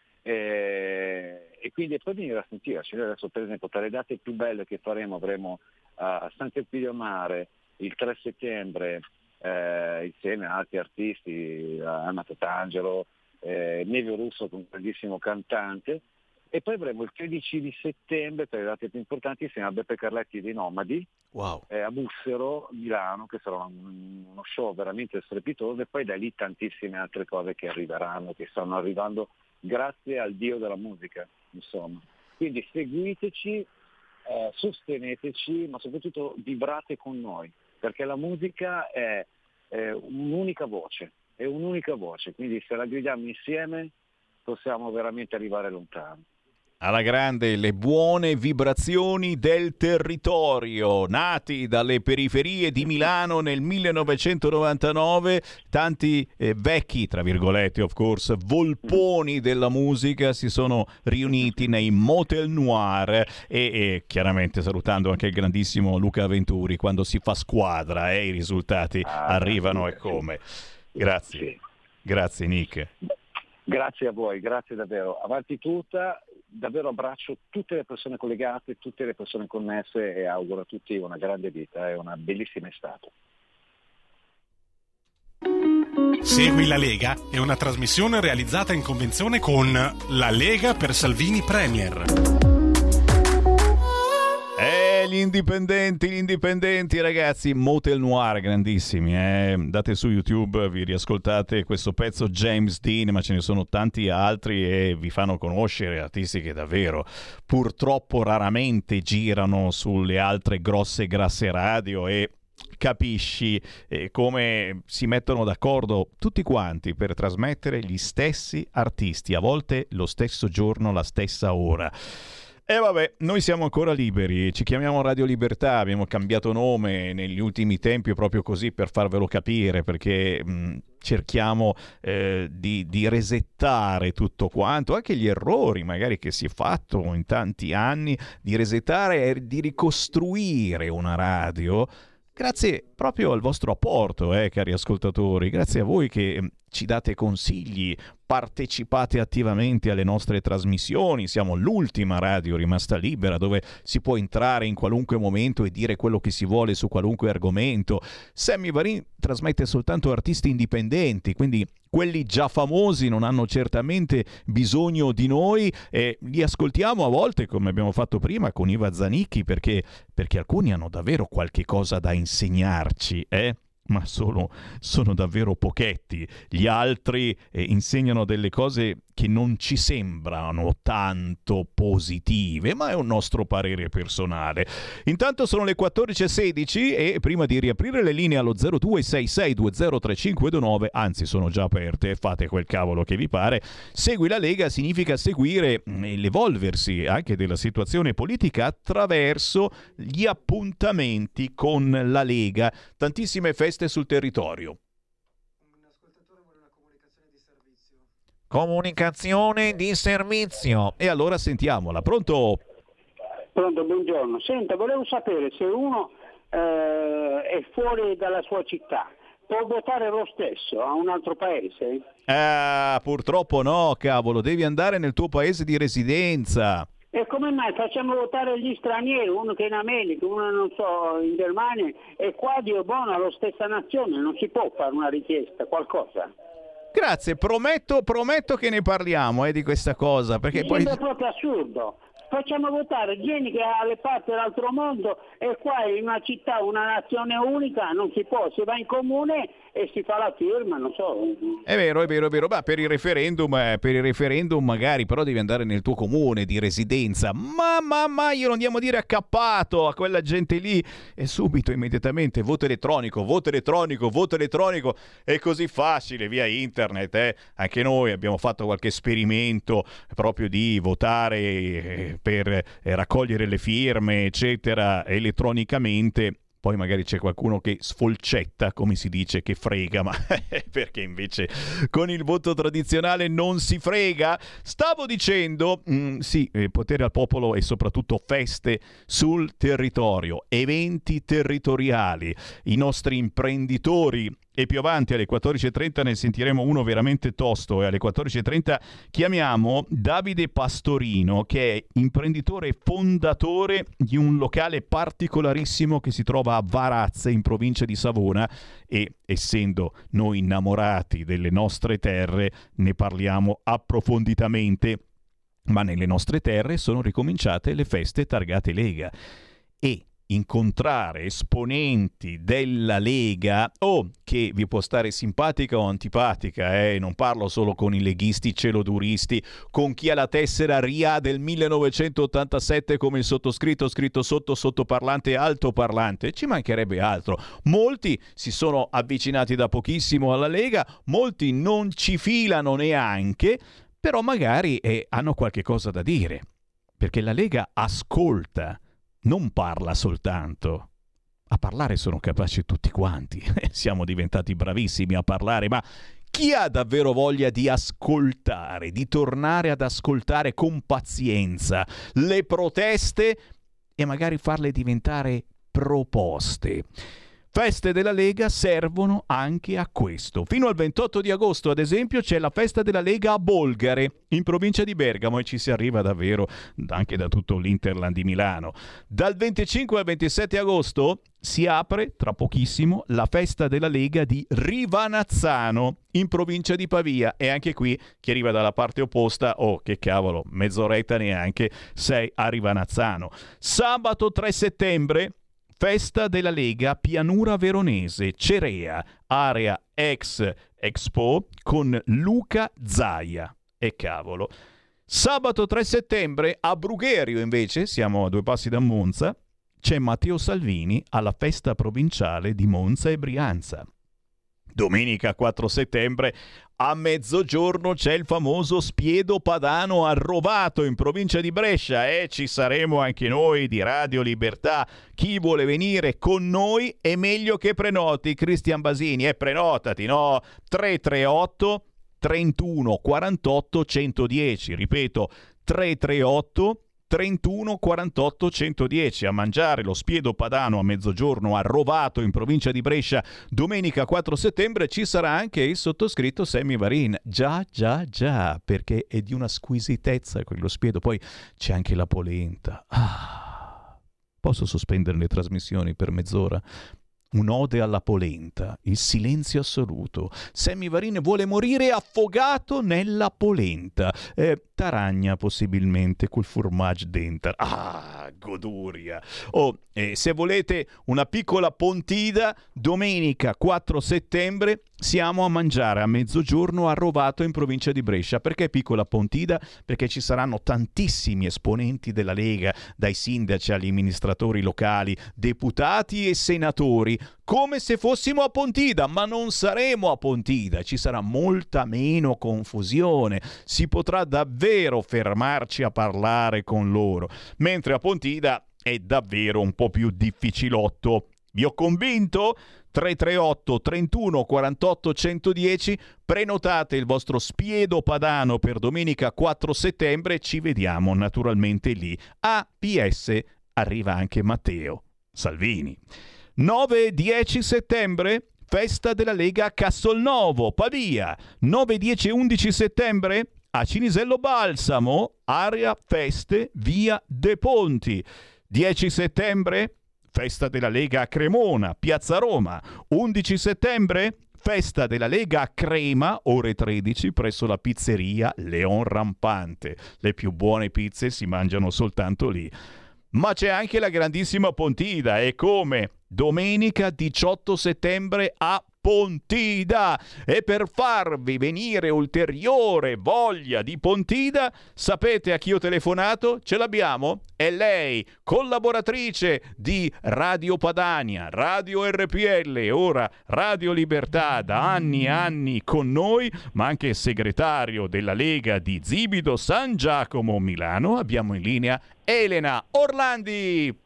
eh, e quindi poi venire a sentirci. Noi adesso, per esempio, tra le date più belle che faremo, avremo a Sant'Elpidio Mare il tre settembre, eh, insieme a altri artisti, Anna Tatangelo, eh, Nevio Russo, un grandissimo cantante. E poi avremo il tredici di settembre, per le date più importanti, insieme a Beppe Carletti dei Nomadi, wow. eh, a Bussero, Milano, che sarà un, uno show veramente strepitoso, e poi da lì tantissime altre cose che arriveranno, che stanno arrivando grazie al Dio della musica, insomma. Quindi seguiteci, eh, sosteneteci, ma soprattutto vibrate con noi, perché la musica è, è un'unica voce, è un'unica voce, quindi se la gridiamo insieme possiamo veramente arrivare lontano. Alla grande, le buone vibrazioni del territorio, nati dalle periferie di Milano nel millenovecentonovantanove, tanti eh, vecchi, tra virgolette of course, volponi della musica si sono riuniti nei Motel Noir, e, e chiaramente salutando anche il grandissimo Luca Venturi, quando si fa squadra e eh, i risultati ah, arrivano e come. Grazie, sì. Grazie Nick. Grazie a voi, grazie davvero. Avanti tutta, davvero abbraccio tutte le persone collegate, tutte le persone connesse, e auguro a tutti una grande vita e una bellissima estate. Segui la Lega è una trasmissione realizzata in convenzione con La Lega per Salvini Premier. Eh, gli indipendenti, gli indipendenti ragazzi, Motel Noir, grandissimi, eh. Andate su YouTube, vi riascoltate questo pezzo James Dean, ma ce ne sono tanti altri e vi fanno conoscere artisti che davvero purtroppo raramente girano sulle altre grosse grasse radio, e capisci eh, come si mettono d'accordo tutti quanti per trasmettere gli stessi artisti, a volte lo stesso giorno, la stessa ora. E vabbè, noi siamo ancora liberi, ci chiamiamo Radio Libertà, abbiamo cambiato nome negli ultimi tempi proprio così per farvelo capire, perché mh, cerchiamo eh, di, di resettare tutto quanto, anche gli errori magari che si è fatto in tanti anni, di resettare e di ricostruire una radio. Grazie proprio al vostro apporto, eh, cari ascoltatori, grazie a voi che mh, ci date consigli, partecipate attivamente alle nostre trasmissioni, siamo l'ultima radio rimasta libera dove si può entrare in qualunque momento e dire quello che si vuole su qualunque argomento. Sammy Varin trasmette soltanto artisti indipendenti, quindi quelli già famosi non hanno certamente bisogno di noi e li ascoltiamo a volte, come abbiamo fatto prima con Iva Zanicchi, perché, perché alcuni hanno davvero qualche cosa da insegnarci, eh? Ma sono, sono davvero pochetti. Gli altri eh, insegnano delle cose che non ci sembrano tanto positive, ma è un nostro parere personale. Intanto sono le quattordici e sedici e prima di riaprire le linee allo zero due sei sei due zero tre cinque due nove, anzi sono già aperte, fate quel cavolo che vi pare, Segui la Lega significa seguire l'evolversi anche della situazione politica attraverso gli appuntamenti con la Lega. Tantissime feste sul territorio. Comunicazione di servizio. E allora sentiamola. Pronto? Pronto, buongiorno. Senta, volevo sapere se uno eh, è fuori dalla sua città, può votare lo stesso a un altro paese? Ah, purtroppo no, cavolo. Devi andare nel tuo paese di residenza. E come mai facciamo votare gli stranieri, uno che è in America, uno non so, in Germania, e qua Dio buono, alla stessa nazione, non si può fare una richiesta, qualcosa? Grazie, prometto, prometto che ne parliamo eh, di questa cosa, perché Mi poi... sembra proprio assurdo. Facciamo votare gente che ha le parti dell'altro mondo e qua in una città, una nazione unica, non si può, si va in comune e si fa la firma, non so. È vero, è vero, è vero, ma per il referendum, eh, per il referendum magari, però devi andare nel tuo comune di residenza. Ma, ma, ma, io non andiamo a dire accappato a quella gente lì e subito, immediatamente, voto elettronico, voto elettronico, voto elettronico, è così facile via internet, eh. Anche noi abbiamo fatto qualche esperimento proprio di votare eh, per eh, raccogliere le firme, eccetera, elettronicamente. Poi magari c'è qualcuno che sfolcetta, come si dice, che frega, ma perché invece con il voto tradizionale non si frega? Stavo dicendo, mh, sì, eh, potere al popolo e soprattutto feste sul territorio, eventi territoriali, i nostri imprenditori. E più avanti alle quattordici e trenta ne sentiremo uno veramente tosto e alle quattordici e trenta chiamiamo Davide Pastorino, che è imprenditore e fondatore di un locale particolarissimo che si trova a Varazze in provincia di Savona e essendo noi innamorati delle nostre terre ne parliamo approfonditamente, ma nelle nostre terre sono ricominciate le feste targate Lega e incontrare esponenti della Lega o oh, che vi può stare simpatica o antipatica, eh? Non parlo solo con i leghisti celoduristi, con chi ha la tessera R I A del millenovecentottantasette come il sottoscritto, scritto sotto sottoparlante e altoparlante, ci mancherebbe altro. Molti si sono avvicinati da pochissimo alla Lega, molti non ci filano neanche, però magari eh, hanno qualche cosa da dire, perché la Lega ascolta, non parla soltanto. A parlare sono capaci tutti quanti. Siamo diventati bravissimi a parlare, ma chi ha davvero voglia di ascoltare, di tornare ad ascoltare con pazienza le proteste e magari farle diventare proposte? Feste della Lega servono anche a questo. Fino al ventotto di agosto, ad esempio, c'è la festa della Lega a Bolgare, in provincia di Bergamo, e ci si arriva davvero anche da tutto l'Interland di Milano. Dal venticinque al ventisette agosto si apre, tra pochissimo, la festa della Lega di Rivanazzano, in provincia di Pavia. E anche qui, chi arriva dalla parte opposta, oh, che cavolo, mezz'oretta neanche, sei a Rivanazzano. Sabato tre settembre, festa della Lega Pianura Veronese, Cerea, area ex Expo, con Luca Zaia. E cavolo. Sabato tre settembre a Brugherio, invece, siamo a due passi da Monza, c'è Matteo Salvini alla festa provinciale di Monza e Brianza. Domenica quattro settembre a mezzogiorno c'è il famoso Spiedo Padano a Rovato in provincia di Brescia e ci saremo anche noi di Radio Libertà. Chi vuole venire con noi è meglio che prenoti. Cristian Basini, e prenotati, no? tre tre otto trentuno quarantotto centodieci, ripeto tre tre otto trentuno quarantotto centodieci. A mangiare lo Spiedo Padano a mezzogiorno a Rovato in provincia di Brescia domenica quattro settembre ci sarà anche il sottoscritto Sammy Varin. Già già già, perché è di una squisitezza quello spiedo. Poi c'è anche la polenta. Ah, posso sospendere le trasmissioni per mezz'ora? Un'ode alla polenta, il silenzio assoluto. Sammy Varin vuole morire affogato nella polenta. Eh, taragna possibilmente col formaggi dentro. Ah, goduria. Oh, eh, se volete una piccola pontida, domenica quattro settembre siamo a mangiare a mezzogiorno a Rovato in provincia di Brescia. Perché piccola pontida? Perché ci saranno tantissimi esponenti della Lega, dai sindaci agli amministratori locali, deputati e senatori, come se fossimo a Pontida, ma non saremo a Pontida, ci sarà molta meno confusione, si potrà davvero fermarci a parlare con loro, mentre a Pontida è davvero un po' più difficilotto. Vi ho convinto? tre tre otto trentuno quarantotto centodieci, prenotate il vostro Spiedo Padano per domenica quattro settembre, ci vediamo naturalmente lì. A P S arriva anche Matteo Salvini. nove dieci settembre, festa della Lega a Castelnuovo, Pavia. nove dieci undici settembre a Cinisello Balsamo, area feste, via De Ponti. dieci settembre, festa della Lega a Cremona, piazza Roma. undici settembre, festa della Lega a Crema, ore tredici, presso la pizzeria Leon Rampante. Le più buone pizze si mangiano soltanto lì. Ma c'è anche la grandissima Pontida, e come? Domenica diciotto settembre a Pontida. E per farvi venire ulteriore voglia di Pontida, sapete a chi ho telefonato? Ce l'abbiamo? È lei, collaboratrice di Radio Padania, Radio R P L, ora Radio Libertà, da anni e anni con noi, ma anche segretario della Lega di Zibido San Giacomo Milano. Abbiamo in linea Elena Orlandi.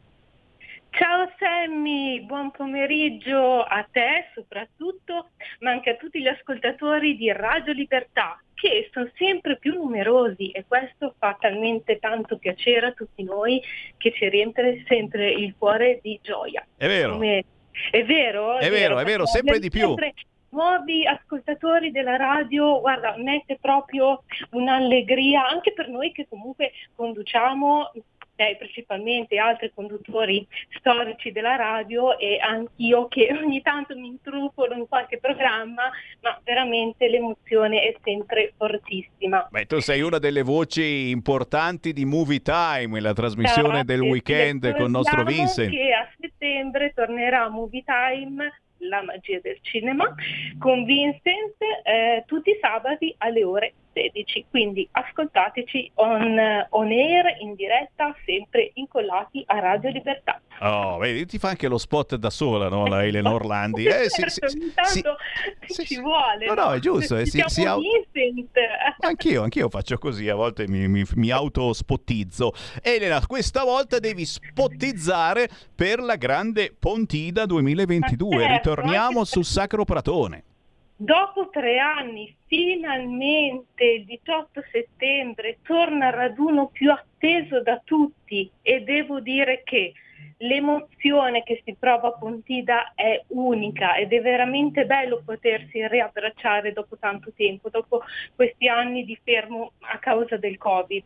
Ciao Sammy, buon pomeriggio a te soprattutto, ma anche a tutti gli ascoltatori di Radio Libertà, che sono sempre più numerosi, e questo fa talmente tanto piacere a tutti noi che ci riempie sempre il cuore di gioia. È vero. Come... È vero, è, è vero, è vero, sempre di più. Sempre nuovi ascoltatori della radio, guarda, mette proprio un'allegria anche per noi che comunque conduciamo, eh, principalmente altri conduttori storici della radio, e anch'io che ogni tanto mi intrufolo in qualche programma, ma veramente l'emozione è sempre fortissima. Beh, tu sei una delle voci importanti di Movie Time, la trasmissione Grazie, del weekend con il nostro Vincent. Che a settembre tornerà Movie Time, la magia del cinema, con Vincent, eh, tutti i sabati alle ore sedici, quindi ascoltateci on, on air, in diretta, sempre incollati a Radio Libertà. Oh, vedi, ti fa anche lo spot da sola, no? La Elena Orlandi. Eh, certo, sì, ogni tanto sì, ci sì. vuole. No, no, è giusto. Eh, si, si au... Vincent. Anch'io, anch'io faccio così, a volte mi, mi, mi autospottizzo. Elena, questa volta devi spottizzare per la grande Pontida duemilaventidue. Certo, Ritorniamo sul Sacro Pratone. Dopo tre anni, finalmente il diciotto settembre torna il raduno più atteso da tutti, e devo dire che l'emozione che si prova a Pontida è unica, ed è veramente bello potersi riabbracciare dopo tanto tempo, dopo questi anni di fermo a causa del Covid.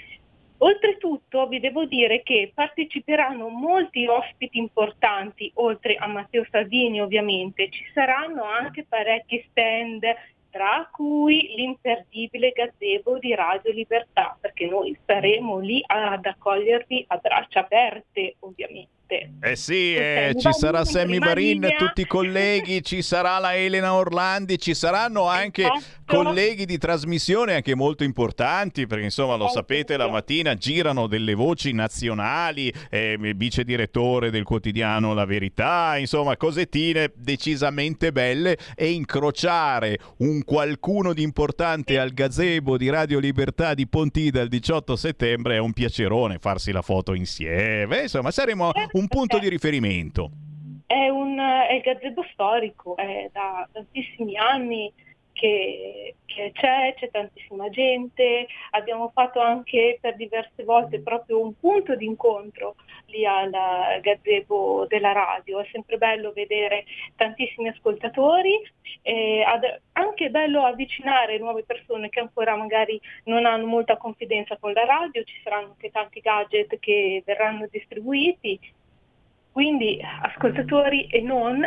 Oltretutto vi devo dire che parteciperanno molti ospiti importanti, oltre a Matteo Salvini ovviamente. Ci saranno anche parecchi stand, tra cui l'imperdibile gazebo di Radio Libertà, perché noi saremo lì ad accogliervi a braccia aperte ovviamente. Eh sì, eh, ci sarà Sammy Varin, tutti i colleghi, ci sarà la Elena Orlandi, ci saranno anche colleghi di trasmissione anche molto importanti, perché insomma lo sapete, la mattina girano delle voci nazionali, eh, vice direttore del quotidiano La Verità, insomma cosettine decisamente belle, e incrociare un qualcuno di importante al gazebo di Radio Libertà di Pontida il diciotto settembre è un piacerone, farsi la foto insieme, insomma saremo un punto di riferimento. È, un, è il gazebo storico, è da tantissimi anni che, che c'è, c'è tantissima gente, abbiamo fatto anche per diverse volte proprio un punto di incontro lì al gazebo della radio, è sempre bello vedere tantissimi ascoltatori, è anche bello avvicinare nuove persone che ancora magari non hanno molta confidenza con la radio, ci saranno anche tanti gadget che verranno distribuiti, quindi ascoltatori e non,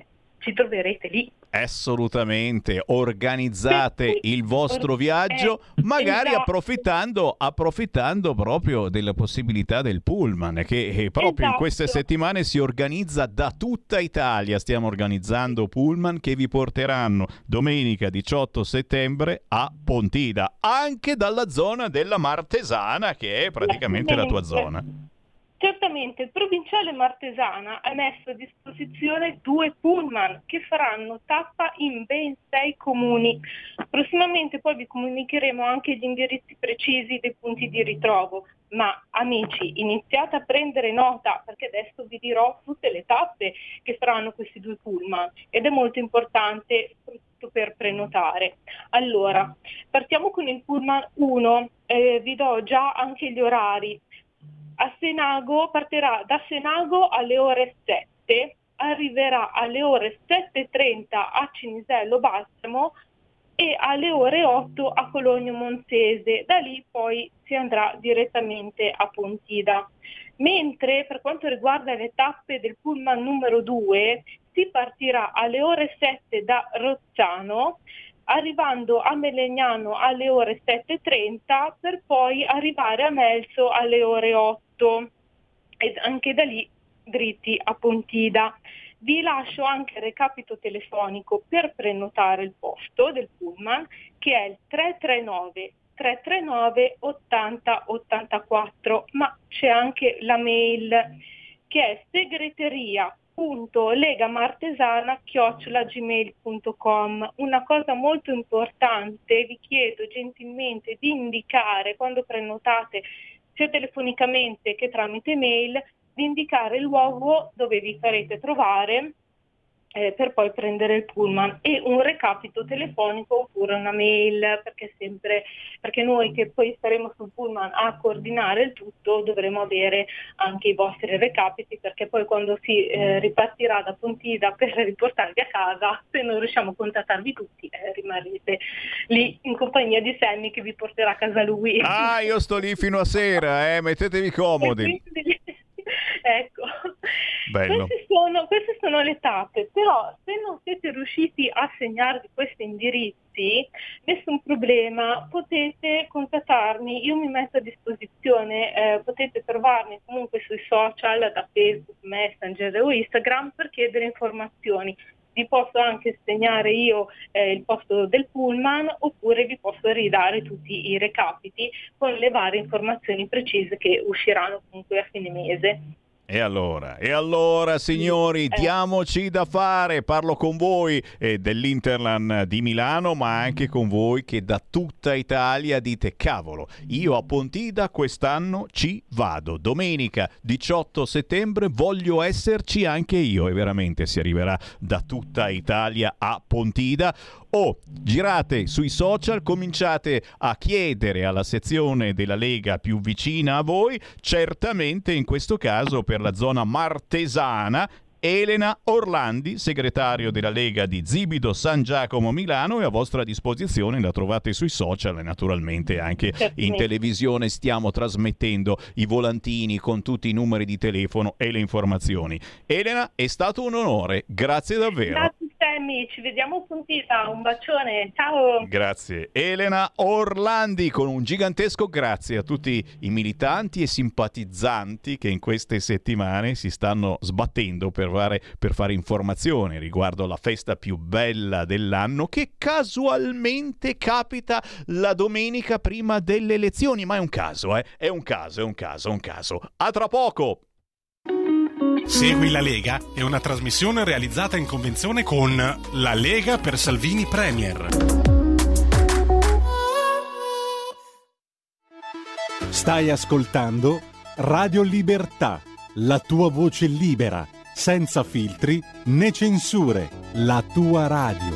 ci troverete lì. Assolutamente, organizzate il vostro viaggio, magari esatto. approfittando, approfittando proprio della possibilità del pullman, che proprio esatto. in queste settimane si organizza da tutta Italia. Stiamo organizzando pullman che vi porteranno domenica diciotto settembre a Pontida, anche dalla zona della Martesana, che è praticamente la tua zona. Certamente, il provinciale Martesana ha messo a disposizione due pullman che faranno tappa in ben sei comuni. Prossimamente poi vi comunicheremo anche gli indirizzi precisi dei punti di ritrovo. Ma amici, iniziate a prendere nota, perché adesso vi dirò tutte le tappe che faranno questi due pullman ed è molto importante soprattutto per prenotare. Allora, partiamo con il pullman uno, eh, vi do già anche gli orari. A Senago partirà da Senago alle ore sette, arriverà alle ore sette e trenta a Cinisello Balsamo e alle ore otto a Cologno Monzese. Da lì poi si andrà direttamente a Pontida. Mentre per quanto riguarda le tappe del pullman numero due, si partirà alle ore sette da Rozzano, arrivando a Melegnano alle ore sette e trenta per poi arrivare a Melzo alle ore otto ed anche da lì dritti a Pontida. Vi lascio anche il recapito telefonico per prenotare il posto del pullman, che è il tre tre nove tre tre nove ottanta ottantaquattro, ma c'è anche la mail che è segreteria punto legamartesana chiocciola gmail punto com. Una cosa molto importante, vi chiedo gentilmente di indicare quando prenotate sia telefonicamente che tramite mail, di indicare il luogo dove vi farete trovare eh, per poi prendere il pullman, e un recapito telefonico oppure una mail, perché sempre perché noi che poi staremo sul pullman a coordinare il tutto dovremo avere anche i vostri recapiti, perché poi quando si eh, ripartirà da Pontida per riportarvi a casa, se non riusciamo a contattarvi tutti eh, rimarrete lì in compagnia di Sammy che vi porterà a casa lui. Ah, io sto lì fino a sera, eh, mettetevi comodi. Ecco, bello. Queste sono, queste sono le tappe, però se non siete riusciti a segnarvi questi indirizzi, nessun problema, potete contattarmi, io mi metto a disposizione, eh, potete trovarmi comunque sui social, da Facebook, Messenger o Instagram, per chiedere informazioni. Vi posso anche segnare io eh, il posto del pullman, oppure vi posso ridare tutti i recapiti con le varie informazioni precise che usciranno comunque a fine mese. E allora, e allora signori, diamoci da fare, parlo con voi eh, dell'Interland di Milano, ma anche con voi che da tutta Italia dite cavolo, io a Pontida quest'anno ci vado, domenica diciotto settembre voglio esserci anche io, e veramente si arriverà da tutta Italia a Pontida. O girate sui social, cominciate a chiedere alla sezione della Lega più vicina a voi, certamente in questo caso per la zona martesana, Elena Orlandi, segretario della Lega di Zibido San Giacomo Milano, è a vostra disposizione, la trovate sui social e naturalmente anche in televisione stiamo trasmettendo i volantini con tutti i numeri di telefono e le informazioni. Elena, è stato un onore, grazie davvero. Grazie Sammy, ci vediamo puntita, un bacione, ciao. Grazie. Elena Orlandi con un gigantesco grazie a tutti i militanti e simpatizzanti che in queste settimane si stanno sbattendo per fare, per fare informazione riguardo la festa più bella dell'anno che casualmente capita la domenica prima delle elezioni, ma è un caso, eh? È un caso, è un caso, è un caso. A tra poco! Segui la Lega è una trasmissione realizzata in convenzione con La Lega per Salvini Premier. Stai ascoltando Radio Libertà, la tua voce libera, senza filtri né censure, la tua radio.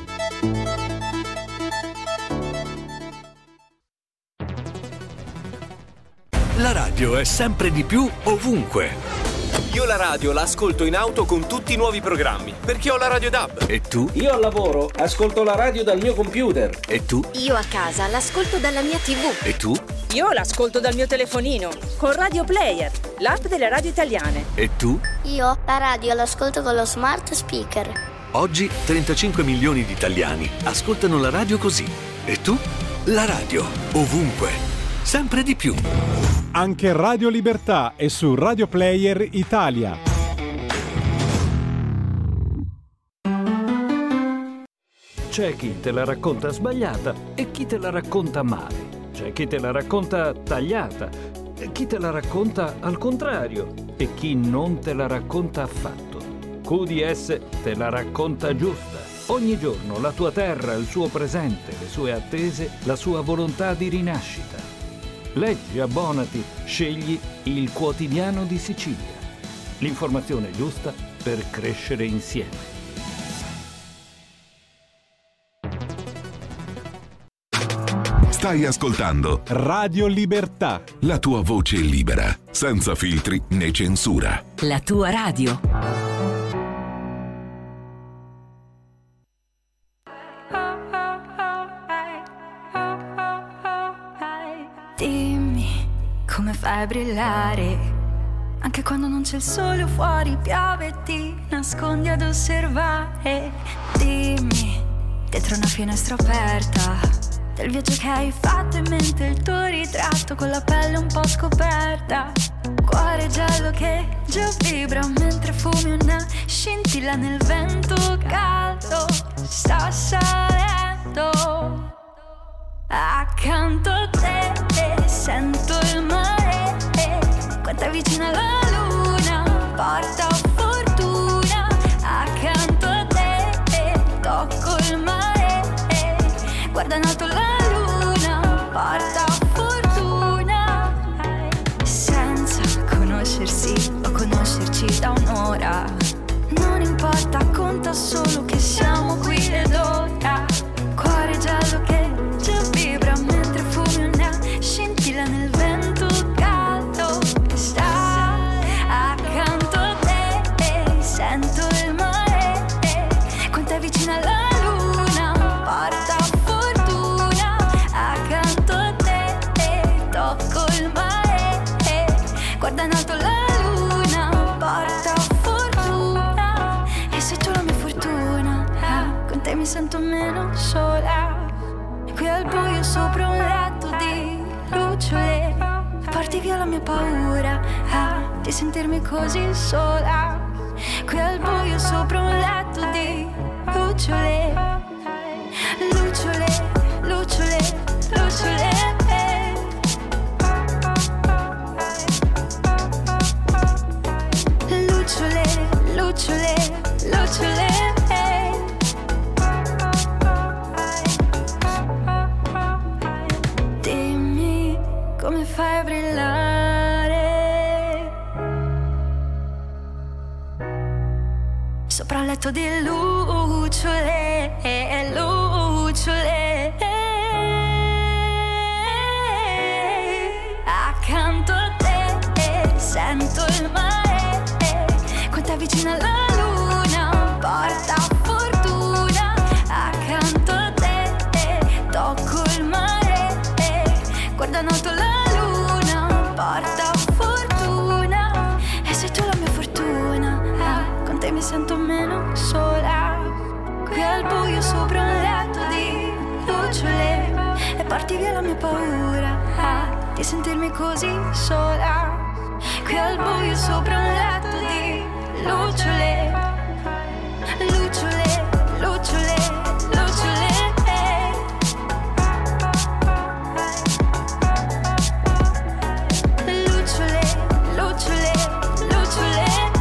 La radio è sempre di più ovunque. Io la radio la ascolto in auto con tutti i nuovi programmi, perché ho la Radio D A B. E tu? Io al lavoro ascolto la radio dal mio computer. E tu? Io a casa l'ascolto dalla mia tivù. E tu? Io l'ascolto dal mio telefonino, con Radio Player, l'app delle radio italiane. E tu? Io la radio l'ascolto con lo smart speaker. Oggi trentacinque milioni di italiani ascoltano la radio così. E tu? La radio, ovunque, sempre di più. Anche Radio Libertà è su Radio Player Italia. C'è chi te la racconta sbagliata e chi te la racconta male. C'è chi te la racconta tagliata e chi te la racconta al contrario e chi non te la racconta affatto. Q D S te la racconta giusta. Ogni giorno la tua terra, il suo presente, le sue attese, la sua volontà di rinascita. Leggi, abbonati, scegli il Quotidiano di Sicilia. L'informazione giusta per crescere insieme. Stai ascoltando Radio Libertà, la tua voce libera, senza filtri né censura. La tua radio. Dimmi come fai a brillare, anche quando non c'è il sole fuori, piove e ti nascondi ad osservare. Dimmi, dietro una finestra aperta, del viaggio che hai fatto in mente, il tuo ritratto con la pelle un po' scoperta. Cuore giallo che già vibra mentre fumi una scintilla nel vento caldo. Sta salendo accanto a te, sento il mare, quanta vicina la luna, porta fortuna. Accanto a te, tocco il mare, guarda in alto la luna, porta fortuna. Senza conoscersi o conoscerci da un'ora, non importa, conta solo che siamo qui ed ora. Cuore giallo che già vibra mentre fumi una scintilla nel vento caldo. Sta accanto a te, sento il mare, quanta vicina la luna, porta fortuna. Accanto a te, tocco il mare, guarda in alto la luna, porta fortuna. E se tu la mia fortuna, con te mi sento meno sola. Qui al buio sopra un letto di lucciole, porti via la mia paura ah, di sentirmi così sola. Qui al buio sopra un letto di lucciole, lucciole, lucciole, lucciole. Lucciole, lucciole, lucciole. Come fai a brillare sopra un letto di lucciole, lucciole. Accanto a te sento il mare, quanta vicina la luna, porta fortuna. Accanto a te tocco il mare, guarda in alto la luna, porta fortuna. E sei tu la mia fortuna, ah, con te mi sento meno sola. Qui porti via la mia paura ah, di sentirmi così sola. Qui al buio sopra un letto di lucciole, lucciole, lucciole, lucciole. Lucciole, lucciole, lucciole.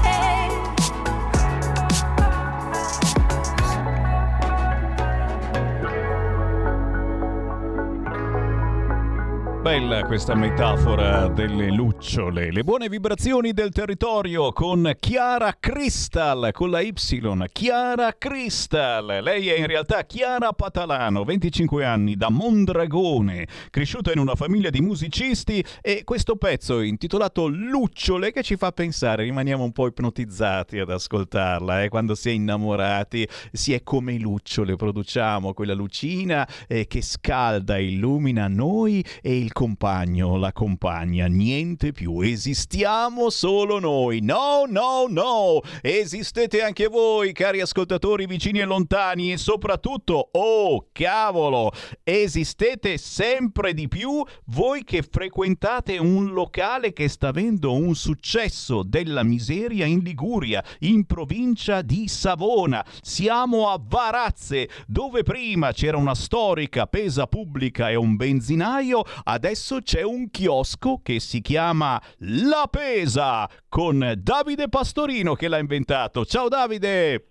Bella questa metafora delle lucciole, le buone vibrazioni del territorio con Chiara Crystal, con la Y, Chiara Crystal. Lei è in realtà Chiara Patalano, venticinque anni, da Mondragone, cresciuta in una famiglia di musicisti, e questo pezzo intitolato Lucciole che ci fa pensare, rimaniamo un po' ipnotizzati ad ascoltarla, eh? Quando si è innamorati si è come i lucciole, produciamo quella lucina eh, che scalda, illumina noi e il compagno, la compagna, niente più, esistiamo solo noi, no, no, no, esistete anche voi, cari ascoltatori vicini e lontani, e soprattutto, oh cavolo, esistete sempre di più voi che frequentate un locale che sta avendo un successo della miseria in Liguria, in provincia di Savona. Siamo a Varazze, dove prima c'era una storica pesa pubblica e un benzinaio, adesso c'è un chiosco che si chiama La Pesa, con Davide Pastorino che l'ha inventato. Ciao Davide!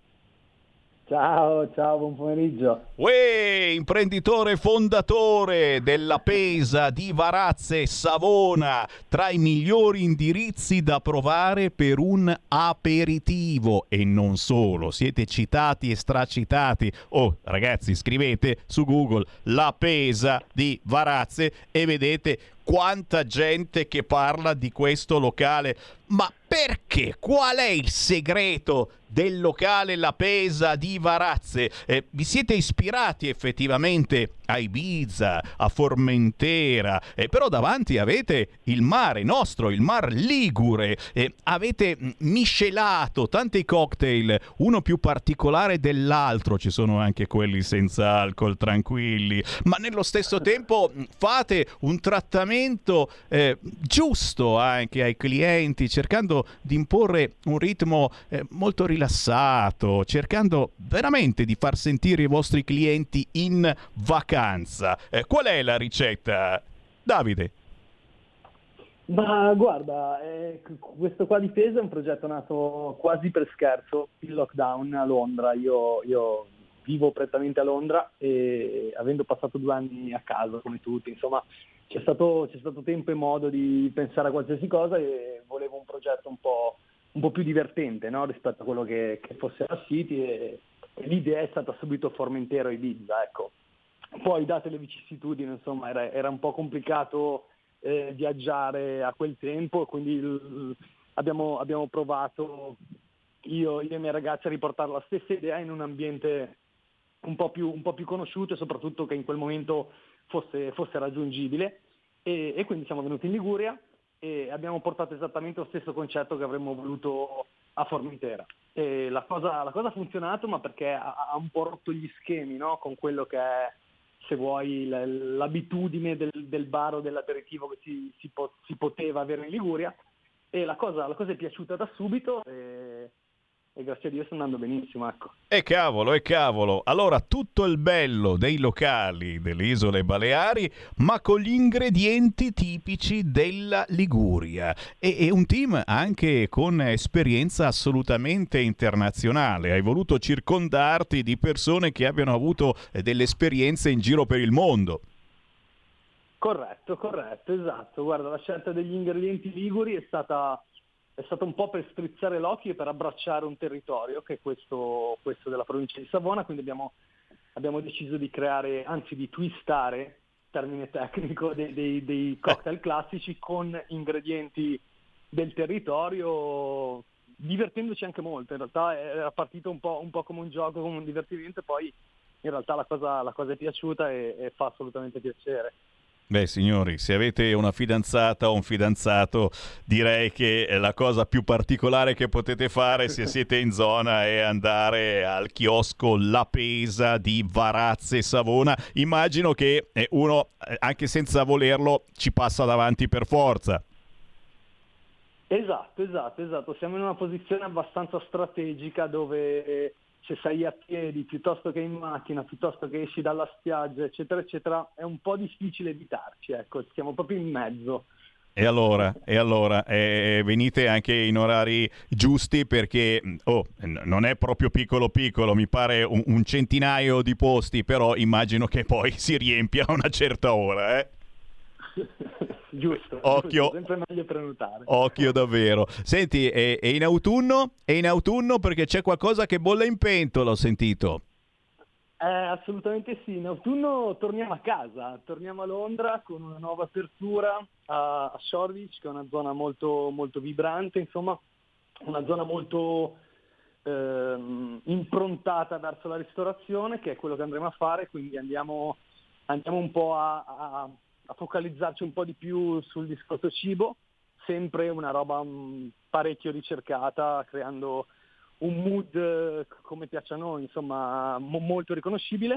Ciao, ciao, buon pomeriggio. Uè, imprenditore fondatore della Pesa di Varazze, Savona, tra i migliori indirizzi da provare per un aperitivo, e non solo, siete citati e stracitati. Oh, ragazzi, scrivete su Google La Pesa di Varazze e vedete quanta gente che parla di questo locale. Ma perché? Qual è il segreto del locale La Pesa di Varazze? Eh, vi siete ispirati effettivamente a Ibiza, a Formentera, eh, però davanti avete il mare nostro, il mar Ligure, eh, avete miscelato tanti cocktail, uno più particolare dell'altro, ci sono anche quelli senza alcol tranquilli, ma nello stesso tempo fate un trattamento eh, giusto anche ai clienti, cercando di imporre un ritmo eh, molto rilassato, cercando veramente di far sentire i vostri clienti in vacanza. Eh, qual è la ricetta, Davide? Ma guarda, eh, questo qua di Pesa è un progetto nato quasi per scherzo, il lockdown a Londra. Io, io vivo prettamente a Londra e avendo passato due anni a casa come tutti, insomma, c'è stato, c'è stato tempo e modo di pensare a qualsiasi cosa e volevo un progetto un po', un po' più divertente, no? Rispetto a quello che, che fosse a City, e, e l'idea è stata subito Formentera e Ibiza, ecco. Poi date le vicissitudini, insomma, era, era un po' complicato eh, viaggiare a quel tempo, quindi il, abbiamo, abbiamo provato io, io e i miei ragazzi a riportare la stessa idea in un ambiente un po' più, un po' più conosciuto e soprattutto che in quel momento fosse, fosse raggiungibile, e, e quindi siamo venuti in Liguria e abbiamo portato esattamente lo stesso concetto che avremmo voluto a Formentera. E la cosa, la cosa ha funzionato, ma perché ha, ha un po' rotto gli schemi, no? Con quello che è, se vuoi, l'abitudine del, del bar o dell'aperitivo che si, si, po- si poteva avere in Liguria, e la cosa, la cosa è piaciuta da subito e, e grazie a Dio sta andando benissimo, ecco. E cavolo, e cavolo, allora tutto il bello dei locali delle Isole Baleari, ma con gli ingredienti tipici della Liguria, e, e un team anche con esperienza assolutamente internazionale. Hai voluto circondarti di persone che abbiano avuto delle esperienze in giro per il mondo. Corretto, corretto, esatto. Guarda, la scelta degli ingredienti liguri è stata è stato un po' per strizzare l'occhio e per abbracciare un territorio che è questo, questo della provincia di Savona, quindi abbiamo, abbiamo deciso di creare, anzi di twistare, termine tecnico, dei, dei, dei cocktail classici con ingredienti del territorio, divertendoci anche molto. In realtà era partito un po', un po' come un gioco, come un divertimento, e poi in realtà la cosa, la cosa è piaciuta e, e fa assolutamente piacere. Beh signori, se avete una fidanzata o un fidanzato, direi che la cosa più particolare che potete fare se siete in zona è andare al chiosco La Pesa di Varazze Savona. Immagino che uno, anche senza volerlo, ci passa davanti per forza. Esatto, esatto, esatto. Siamo in una posizione abbastanza strategica dove se sei a piedi piuttosto che in macchina, piuttosto che esci dalla spiaggia, eccetera, eccetera, è un po' difficile evitarci, ecco, siamo proprio in mezzo. E allora, e allora eh, venite anche in orari giusti perché oh, non è proprio piccolo piccolo, mi pare un, un centinaio di posti, però immagino che poi si riempia a una certa ora, eh? Giusto, occhio, giusto, sempre meglio prenotare. Occhio davvero. Senti, è, è in autunno? È in autunno perché c'è qualcosa che bolle in pentola, ho sentito. Eh, assolutamente sì, in autunno torniamo a casa, torniamo a Londra con una nuova apertura a, a Shoreditch, che è una zona molto, molto vibrante, insomma, una zona molto ehm, improntata verso la ristorazione, che è quello che andremo a fare, quindi andiamo, andiamo un po' a... a a focalizzarci un po' di più sul discorso cibo, sempre una roba um, parecchio ricercata, creando un mood uh, come piace a noi, insomma, mo- molto riconoscibile.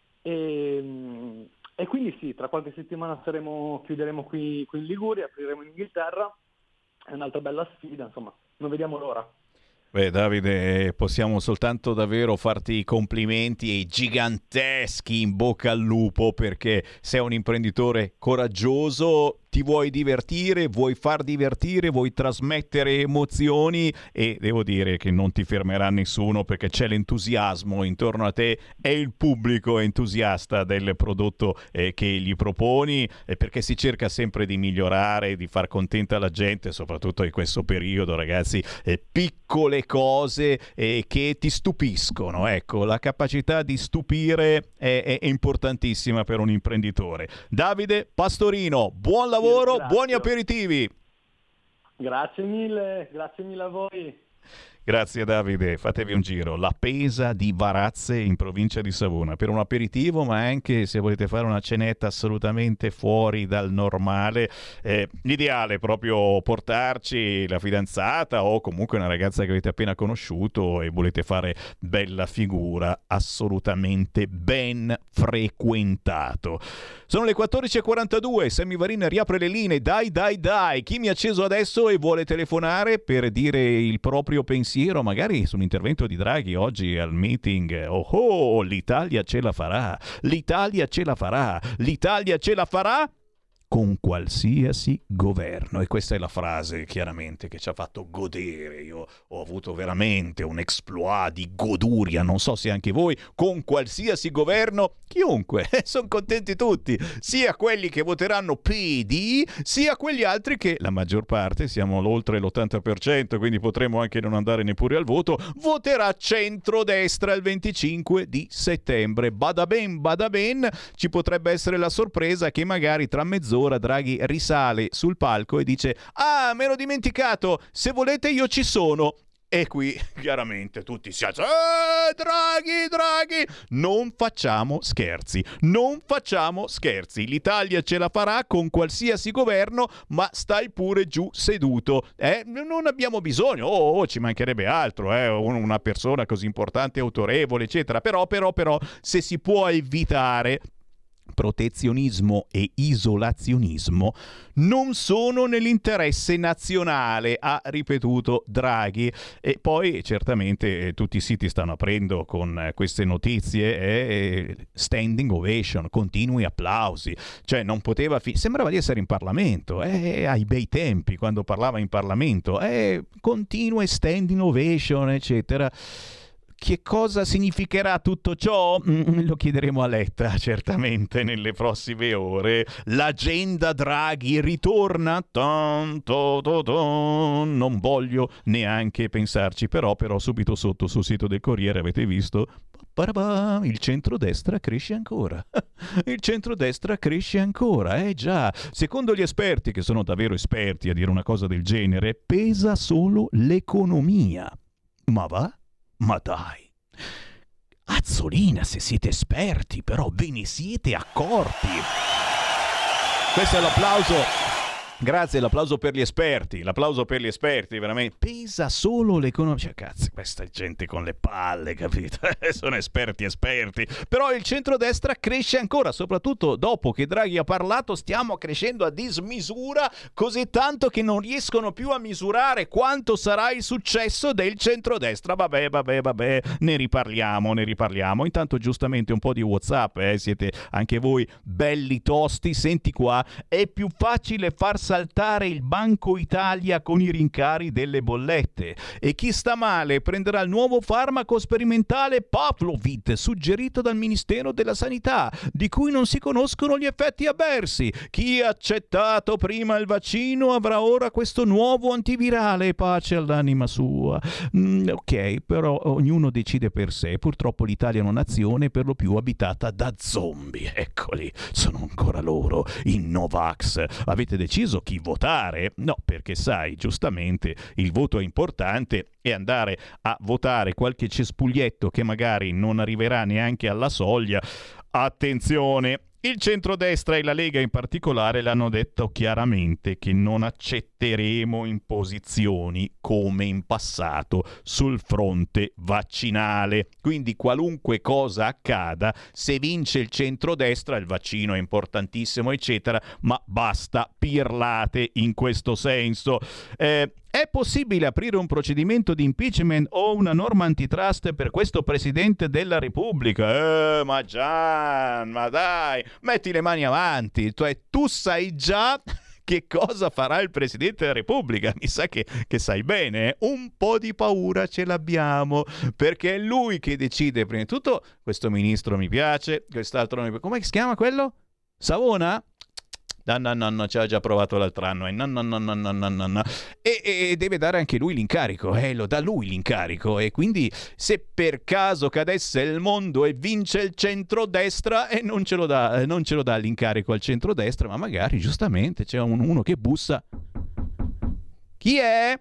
E, e quindi sì, tra qualche settimana saremo, chiuderemo qui, qui in Liguria, apriremo in Inghilterra, è un'altra bella sfida, insomma, non vediamo l'ora. Beh Davide, possiamo soltanto davvero farti i complimenti e giganteschi in bocca al lupo perché sei un imprenditore coraggioso, ti vuoi divertire, vuoi far divertire, vuoi trasmettere emozioni e devo dire che non ti fermerà nessuno perché c'è l'entusiasmo intorno a te e il pubblico entusiasta del prodotto eh, che gli proponi eh, perché si cerca sempre di migliorare, di far contenta la gente, soprattutto in questo periodo ragazzi, eh, piccole cose eh, che ti stupiscono, ecco, la capacità di stupire è, è importantissima per un imprenditore. Davide Pastorino, buon lavoro. Lavoro, buoni aperitivi. Grazie mille, grazie mille a voi. Grazie Davide, fatevi un giro. La Pesa di Varazze in provincia di Savona per un aperitivo, ma anche se volete fare una cenetta assolutamente fuori dal normale. Eh, l'ideale è proprio portarci la fidanzata o comunque una ragazza che avete appena conosciuto e volete fare bella figura, assolutamente ben frequentato. Sono le quattordici e quarantadue, Sammy Varin riapre le linee, dai dai dai, chi mi ha acceso adesso e vuole telefonare per dire il proprio pensiero, magari sull'intervento di Draghi oggi al meeting, oh oh, l'Italia ce la farà, l'Italia ce la farà, l'Italia ce la farà con qualsiasi governo. E questa è la frase chiaramente che ci ha fatto godere. Io ho avuto veramente un exploit di goduria, non so se anche voi, con qualsiasi governo, chiunque, sono contenti tutti, sia quelli che voteranno P D, sia quegli altri che, la maggior parte, siamo oltre l'ottanta per cento, quindi potremmo anche non andare neppure al voto, voterà centrodestra il venticinque di settembre. Bada ben, bada ben, ci potrebbe essere la sorpresa che magari tra mezz'ora ora Draghi risale sul palco e dice: ah, me l'ho dimenticato, se volete io ci sono. E qui chiaramente tutti si alzano: eh, Draghi, Draghi! Non facciamo scherzi, non facciamo scherzi. L'Italia ce la farà con qualsiasi governo, ma stai pure giù seduto. Eh? Non abbiamo bisogno, oh, oh, ci mancherebbe altro, eh? Una persona così importante, autorevole, eccetera. Però, però, però, se si può evitare protezionismo e isolazionismo non sono nell'interesse nazionale, ha ripetuto Draghi. E poi certamente eh, tutti i siti stanno aprendo con eh, queste notizie, eh, standing ovation, continui applausi, cioè non poteva fi- sembrava di essere in Parlamento, eh, ai bei tempi quando parlava in Parlamento, eh, continue standing ovation eccetera. Che cosa significherà tutto ciò? Mm, lo chiederemo a Letta certamente nelle prossime ore. L'agenda Draghi ritorna. Ton, ton, ton, ton. Non voglio neanche pensarci, però, però subito sotto sul sito del Corriere avete visto il centrodestra cresce ancora. Il centrodestra cresce ancora, eh già. Secondo gli esperti, che sono davvero esperti a dire una cosa del genere, pesa solo l'economia. Ma va? Ma dai, Azzolina, se siete esperti, però ve ne siete accorti. Questo è l'applauso. Grazie, l'applauso per gli esperti, l'applauso per gli esperti, veramente pesa solo l'economia. Cioè, cazzo, questa è gente con le palle, capito? Sono esperti esperti. Però il centrodestra cresce ancora, soprattutto dopo che Draghi ha parlato, stiamo crescendo a dismisura, così tanto che non riescono più a misurare quanto sarà il successo del centrodestra. Vabbè, vabbè, vabbè, ne riparliamo, ne riparliamo. Intanto giustamente un po' di WhatsApp, eh, siete anche voi belli tosti. Senti qua, è più facile far saltare il Banco Italia con i rincari delle bollette e chi sta male prenderà il nuovo farmaco sperimentale Paxlovid suggerito dal Ministero della Sanità, di cui non si conoscono gli effetti avversi. Chi ha accettato prima il vaccino avrà ora questo nuovo antivirale, pace all'anima sua. Mm, ok, però ognuno decide per sé. Purtroppo l'Italia è una nazione per lo più abitata da zombie. Eccoli, sono ancora loro, i Novax. Avete deciso chi votare? No, perché sai, giustamente il voto è importante e andare a votare qualche cespuglietto che magari non arriverà neanche alla soglia. Attenzione! Il centrodestra e la Lega in particolare l'hanno detto chiaramente che non accetteremo imposizioni come in passato sul fronte vaccinale. Quindi qualunque cosa accada, se vince il centrodestra, il vaccino è importantissimo, eccetera, ma basta pirlate in questo senso. Eh, È possibile aprire un procedimento di impeachment o una norma antitrust per questo Presidente della Repubblica? Eh, ma Gian, ma dai, metti le mani avanti. Cioè, tu sai già che cosa farà il Presidente della Repubblica. Mi sa che, che sai bene, eh? Un po' di paura ce l'abbiamo, perché è lui che decide. Prima di tutto, questo ministro mi piace, quest'altro non mi piace. Come si chiama quello? Savona? No, no, no, no, ci ha già provato l'altro anno. Eh. No, no, no, no, no, no, no. E, e deve dare anche lui l'incarico. Eh, lo dà lui l'incarico. E quindi, se per caso cadesse il mondo e vince il centrodestra, e eh, non ce lo dà, eh, non ce lo dà l'incarico al centrodestra, ma magari giustamente c'è un, uno che bussa. Chi è?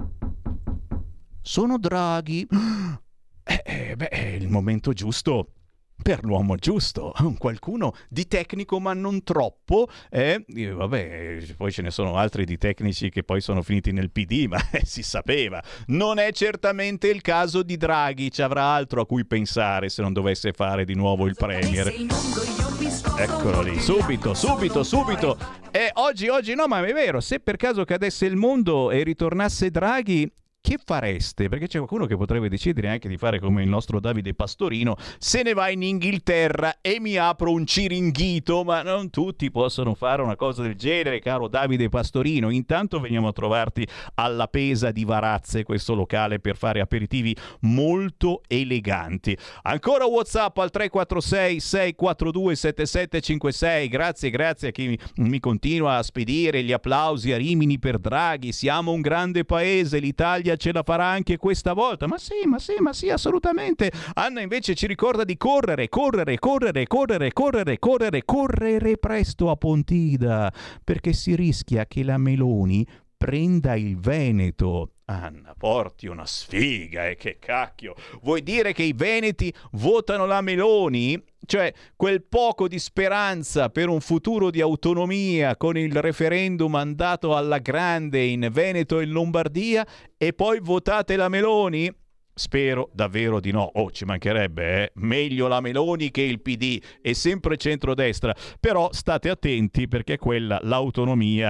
Sono Draghi. Eh, eh, beh, è il momento giusto per l'uomo giusto, qualcuno di tecnico ma non troppo, eh? E vabbè, poi ce ne sono altri di tecnici che poi sono finiti nel P D, ma eh, si sapeva. Non è certamente il caso di Draghi, ci avrà altro a cui pensare se non dovesse fare di nuovo il premier. Eccolo lì, subito, subito, subito. E oggi, oggi no, ma è vero, se per caso cadesse il mondo e ritornasse Draghi, che fareste? Perché c'è qualcuno che potrebbe decidere anche di fare come il nostro Davide Pastorino, se ne va in Inghilterra e mi apro un ciringhito, ma non tutti possono fare una cosa del genere, caro Davide Pastorino. Intanto veniamo a trovarti alla Pesa di Varazze, questo locale per fare aperitivi molto eleganti. Ancora WhatsApp al tre quattro sei sei quattro due sette sette cinque sei. Grazie, grazie a chi mi, mi continua a spedire gli applausi a Rimini per Draghi. Siamo un grande paese, l'Italia ce la farà anche questa volta. Ma sì, ma sì, ma sì, assolutamente. Anna invece ci ricorda di correre, correre, correre, correre, correre, correre, correre presto a Pontida, perché si rischia che la Meloni prenda il Veneto. Anna, porti una sfiga, e eh, che cacchio. Vuoi dire che i veneti votano la Meloni? Cioè, quel poco di speranza per un futuro di autonomia con il referendum andato alla grande in Veneto e in Lombardia, e poi votate la Meloni? Spero davvero di no. Oh, ci mancherebbe, eh? Meglio la Meloni che il P D, e sempre centrodestra. Però state attenti, perché quella, l'autonomia.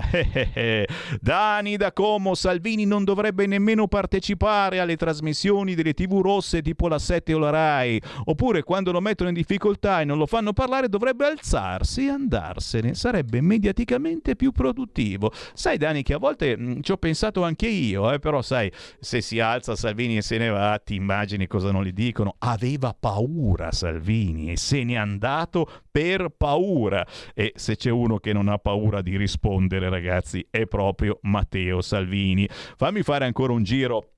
Dani da Como, Salvini non dovrebbe nemmeno partecipare alle trasmissioni delle tivù rosse tipo la sette o la Rai. Oppure, quando lo mettono in difficoltà e non lo fanno parlare, dovrebbe alzarsi e andarsene. Sarebbe mediaticamente più produttivo. Sai, Dani, che a volte mh, ci ho pensato anche io, eh? Però sai, se si alza Salvini e se ne va, ti immagini cosa non gli dicono? Aveva paura Salvini e se n'è andato per paura. E se c'è uno che non ha paura di rispondere, ragazzi, è proprio Matteo Salvini. Fammi fare ancora un giro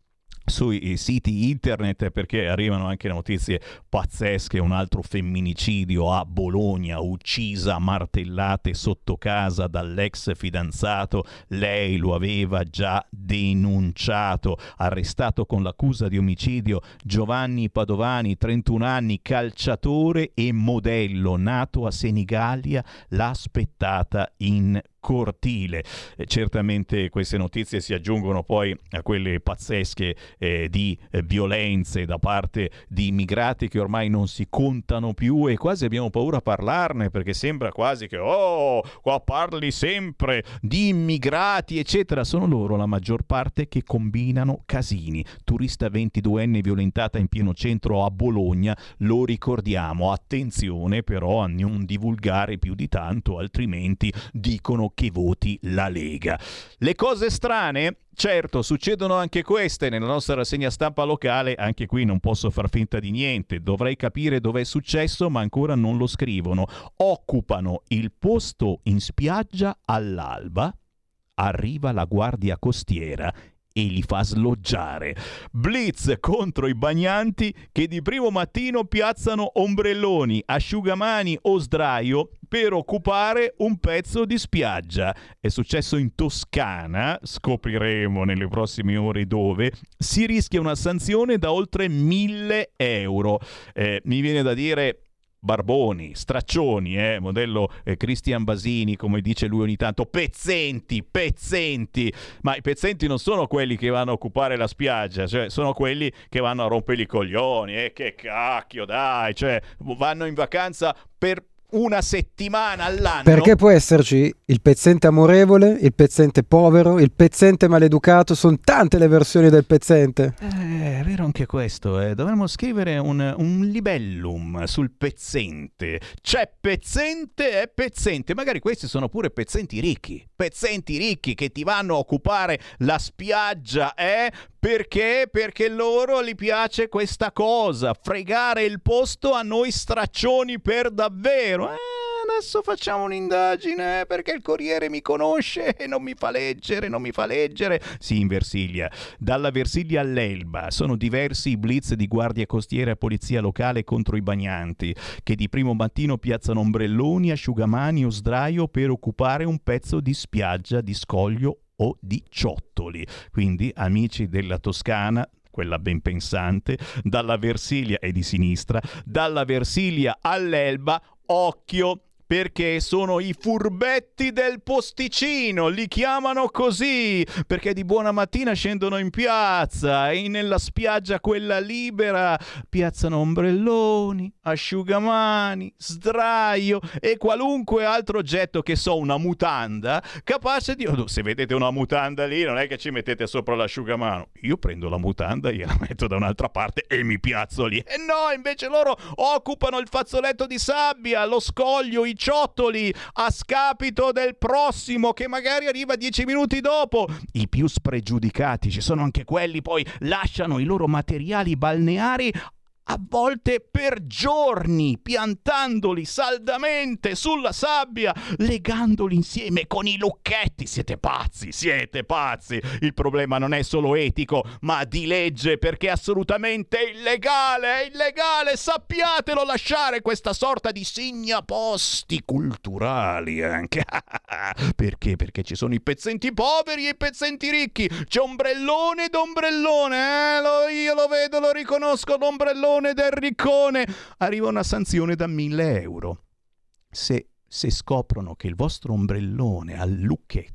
sui siti internet, perché arrivano anche notizie pazzesche. Un altro femminicidio a Bologna, uccisa a martellate sotto casa dall'ex fidanzato, lei lo aveva già denunciato. Arrestato con l'accusa di omicidio Giovanni Padovani, trentuno anni, calciatore e modello, nato a Senigallia, l'ha aspettata in cortile. Eh, certamente queste notizie si aggiungono poi a quelle pazzesche eh, di eh, violenze da parte di immigrati che ormai non si contano più e quasi abbiamo paura a parlarne, perché sembra quasi che oh, qua parli sempre di immigrati eccetera. Sono loro la maggior parte che combinano casini. Turista ventiduenne violentata in pieno centro a Bologna, lo ricordiamo, attenzione però a non divulgare più di tanto, altrimenti dicono che voti la Lega. Le cose strane? Certo, succedono anche queste nella nostra rassegna stampa locale. Anche qui non posso far finta di niente, dovrei capire dov'è successo, ma ancora non lo scrivono. Occupano il posto in spiaggia all'alba, arriva la guardia costiera e li fa sloggiare. Blitz contro i bagnanti che di primo mattino piazzano ombrelloni, asciugamani o sdraio per occupare un pezzo di spiaggia. È successo in Toscana, scopriremo nelle prossime ore dove. Si rischia una sanzione da oltre mille euro. Eh, mi viene da dire barboni, straccioni, eh, modello eh, Cristian Basini, come dice lui ogni tanto, pezzenti, pezzenti, ma i pezzenti non sono quelli che vanno a occupare la spiaggia, cioè sono quelli che vanno a rompere i coglioni, e eh, che cacchio, dai, cioè vanno in vacanza per una settimana all'anno. Perché può esserci il pezzente amorevole, il pezzente povero, il pezzente maleducato, sono tante le versioni del pezzente. Eh, è vero anche questo, eh. Dovremmo scrivere un, un libellum sul pezzente. C'è pezzente e pezzente, magari questi sono pure pezzenti ricchi, pezzenti ricchi che ti vanno a occupare la spiaggia, eh? Perché? Perché loro gli piace questa cosa, fregare il posto a noi straccioni per davvero. Eh, adesso facciamo un'indagine perché il Corriere mi conosce e non mi fa leggere, non mi fa leggere. Sì, in Versilia. Dalla Versilia all'Elba sono diversi i blitz di guardia costiera e polizia locale contro i bagnanti che di primo mattino piazzano ombrelloni, asciugamani o sdraio per occupare un pezzo di spiaggia, di scoglio o di ciottoli. Quindi, amici della Toscana, quella ben pensante, dalla Versilia e di sinistra, dalla Versilia all'Elba, occhio, perché sono i furbetti del posticino, li chiamano così, perché di buona mattina scendono in piazza e nella spiaggia quella libera piazzano ombrelloni, asciugamani, sdraio e qualunque altro oggetto, che so, una mutanda, capace di... Oh, se vedete una mutanda lì non è che ci mettete sopra l'asciugamano, io prendo la mutanda, gliela metto da un'altra parte e mi piazzo lì. E no, invece loro occupano il fazzoletto di sabbia, lo scoglio, i ciottoli, a scapito del prossimo che magari arriva dieci minuti dopo. I più spregiudicati, ci sono anche quelli, poi lasciano i loro materiali balneari a volte per giorni, piantandoli saldamente sulla sabbia, legandoli insieme con i lucchetti. Siete pazzi, siete pazzi. Il problema non è solo etico, ma di legge, perché è assolutamente illegale, è illegale, sappiatelo, lasciare questa sorta di segnaposti culturali anche. Perché? Perché ci sono i pezzenti poveri e i pezzenti ricchi. C'è ombrellone ed ombrellone, eh? Lo, io lo vedo, lo riconosco, l'ombrellone del riccone. Arriva una sanzione da mille euro se, se scoprono che il vostro ombrellone ha il lucchetto.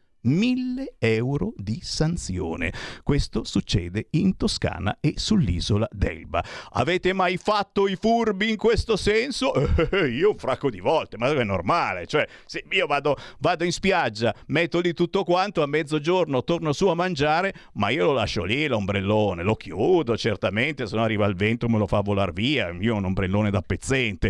Mille euro di sanzione. Questo succede in Toscana e sull'isola d'Elba. Avete mai fatto i furbi in questo senso? Eh, io un fracco di volte, ma è normale. Cioè, se io vado, vado in spiaggia, metto lì tutto quanto, a mezzogiorno torno su a mangiare, ma io lo lascio lì l'ombrellone, lo chiudo certamente, se no arriva il vento me lo fa volar via. Io ho un ombrellone da pezzente.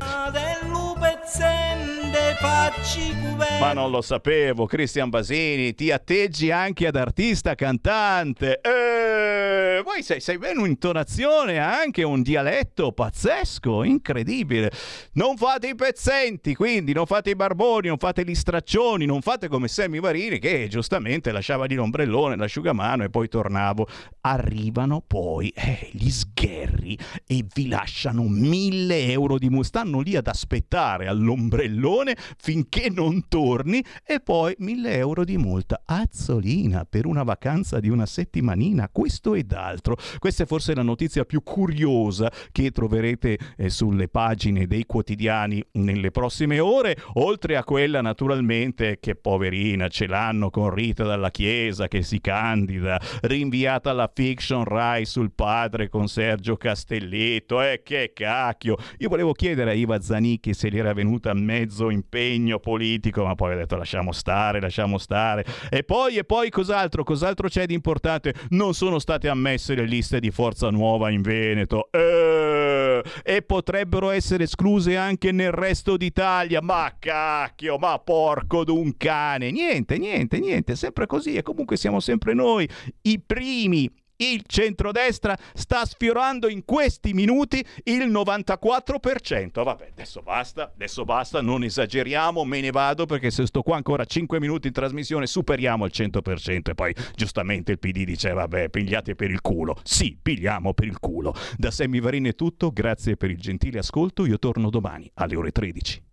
Ma non lo sapevo, Cristian Basini, ti atteggi anche ad artista cantante. Eh, poi sei, sei ben un'intonazione, anche un dialetto pazzesco, incredibile. Non fate i pezzenti, quindi non fate i barboni, non fate gli straccioni, non fate come Sammy Varini che giustamente lasciava lì l'ombrellone, l'asciugamano e poi tornavo. Arrivano poi eh, gli sgherri e vi lasciano mille euro di multa. Stanno lì ad aspettare all'ombrellone finché non torni e poi mille euro di multa. Azzolina per una vacanza di una settimanina, questo ed altro. Questa è forse la notizia più curiosa che troverete eh, sulle pagine dei quotidiani nelle prossime ore, oltre a quella naturalmente che poverina ce l'hanno con Rita Dalla Chiesa che si candida, rinviata alla fiction Rai sul padre con Sergio Castellitto. E eh, che cacchio, io volevo chiedere a Iva Zanicchi se gli era venuta mezzo impegno politico, ma poi ha detto lasciamo stare, lasciamo stare. E poi, e poi cos'altro? Cos'altro c'è di importante? Non sono state ammesse le liste di Forza Nuova in Veneto. Eh, e potrebbero essere escluse anche nel resto d'Italia. Ma cacchio, ma porco d'un cane. Niente, niente, niente, sempre così. E comunque siamo sempre noi, i primi. Il centrodestra sta sfiorando in questi minuti il novantaquattro per cento. Vabbè, adesso basta, adesso basta, non esageriamo, me ne vado perché se sto qua ancora cinque minuti in trasmissione superiamo il cento per cento e poi giustamente il P D dice vabbè, pigliate per il culo. Sì, pigliamo per il culo. Da Sammy Varini è tutto, grazie per il gentile ascolto, io torno domani alle ore tredici.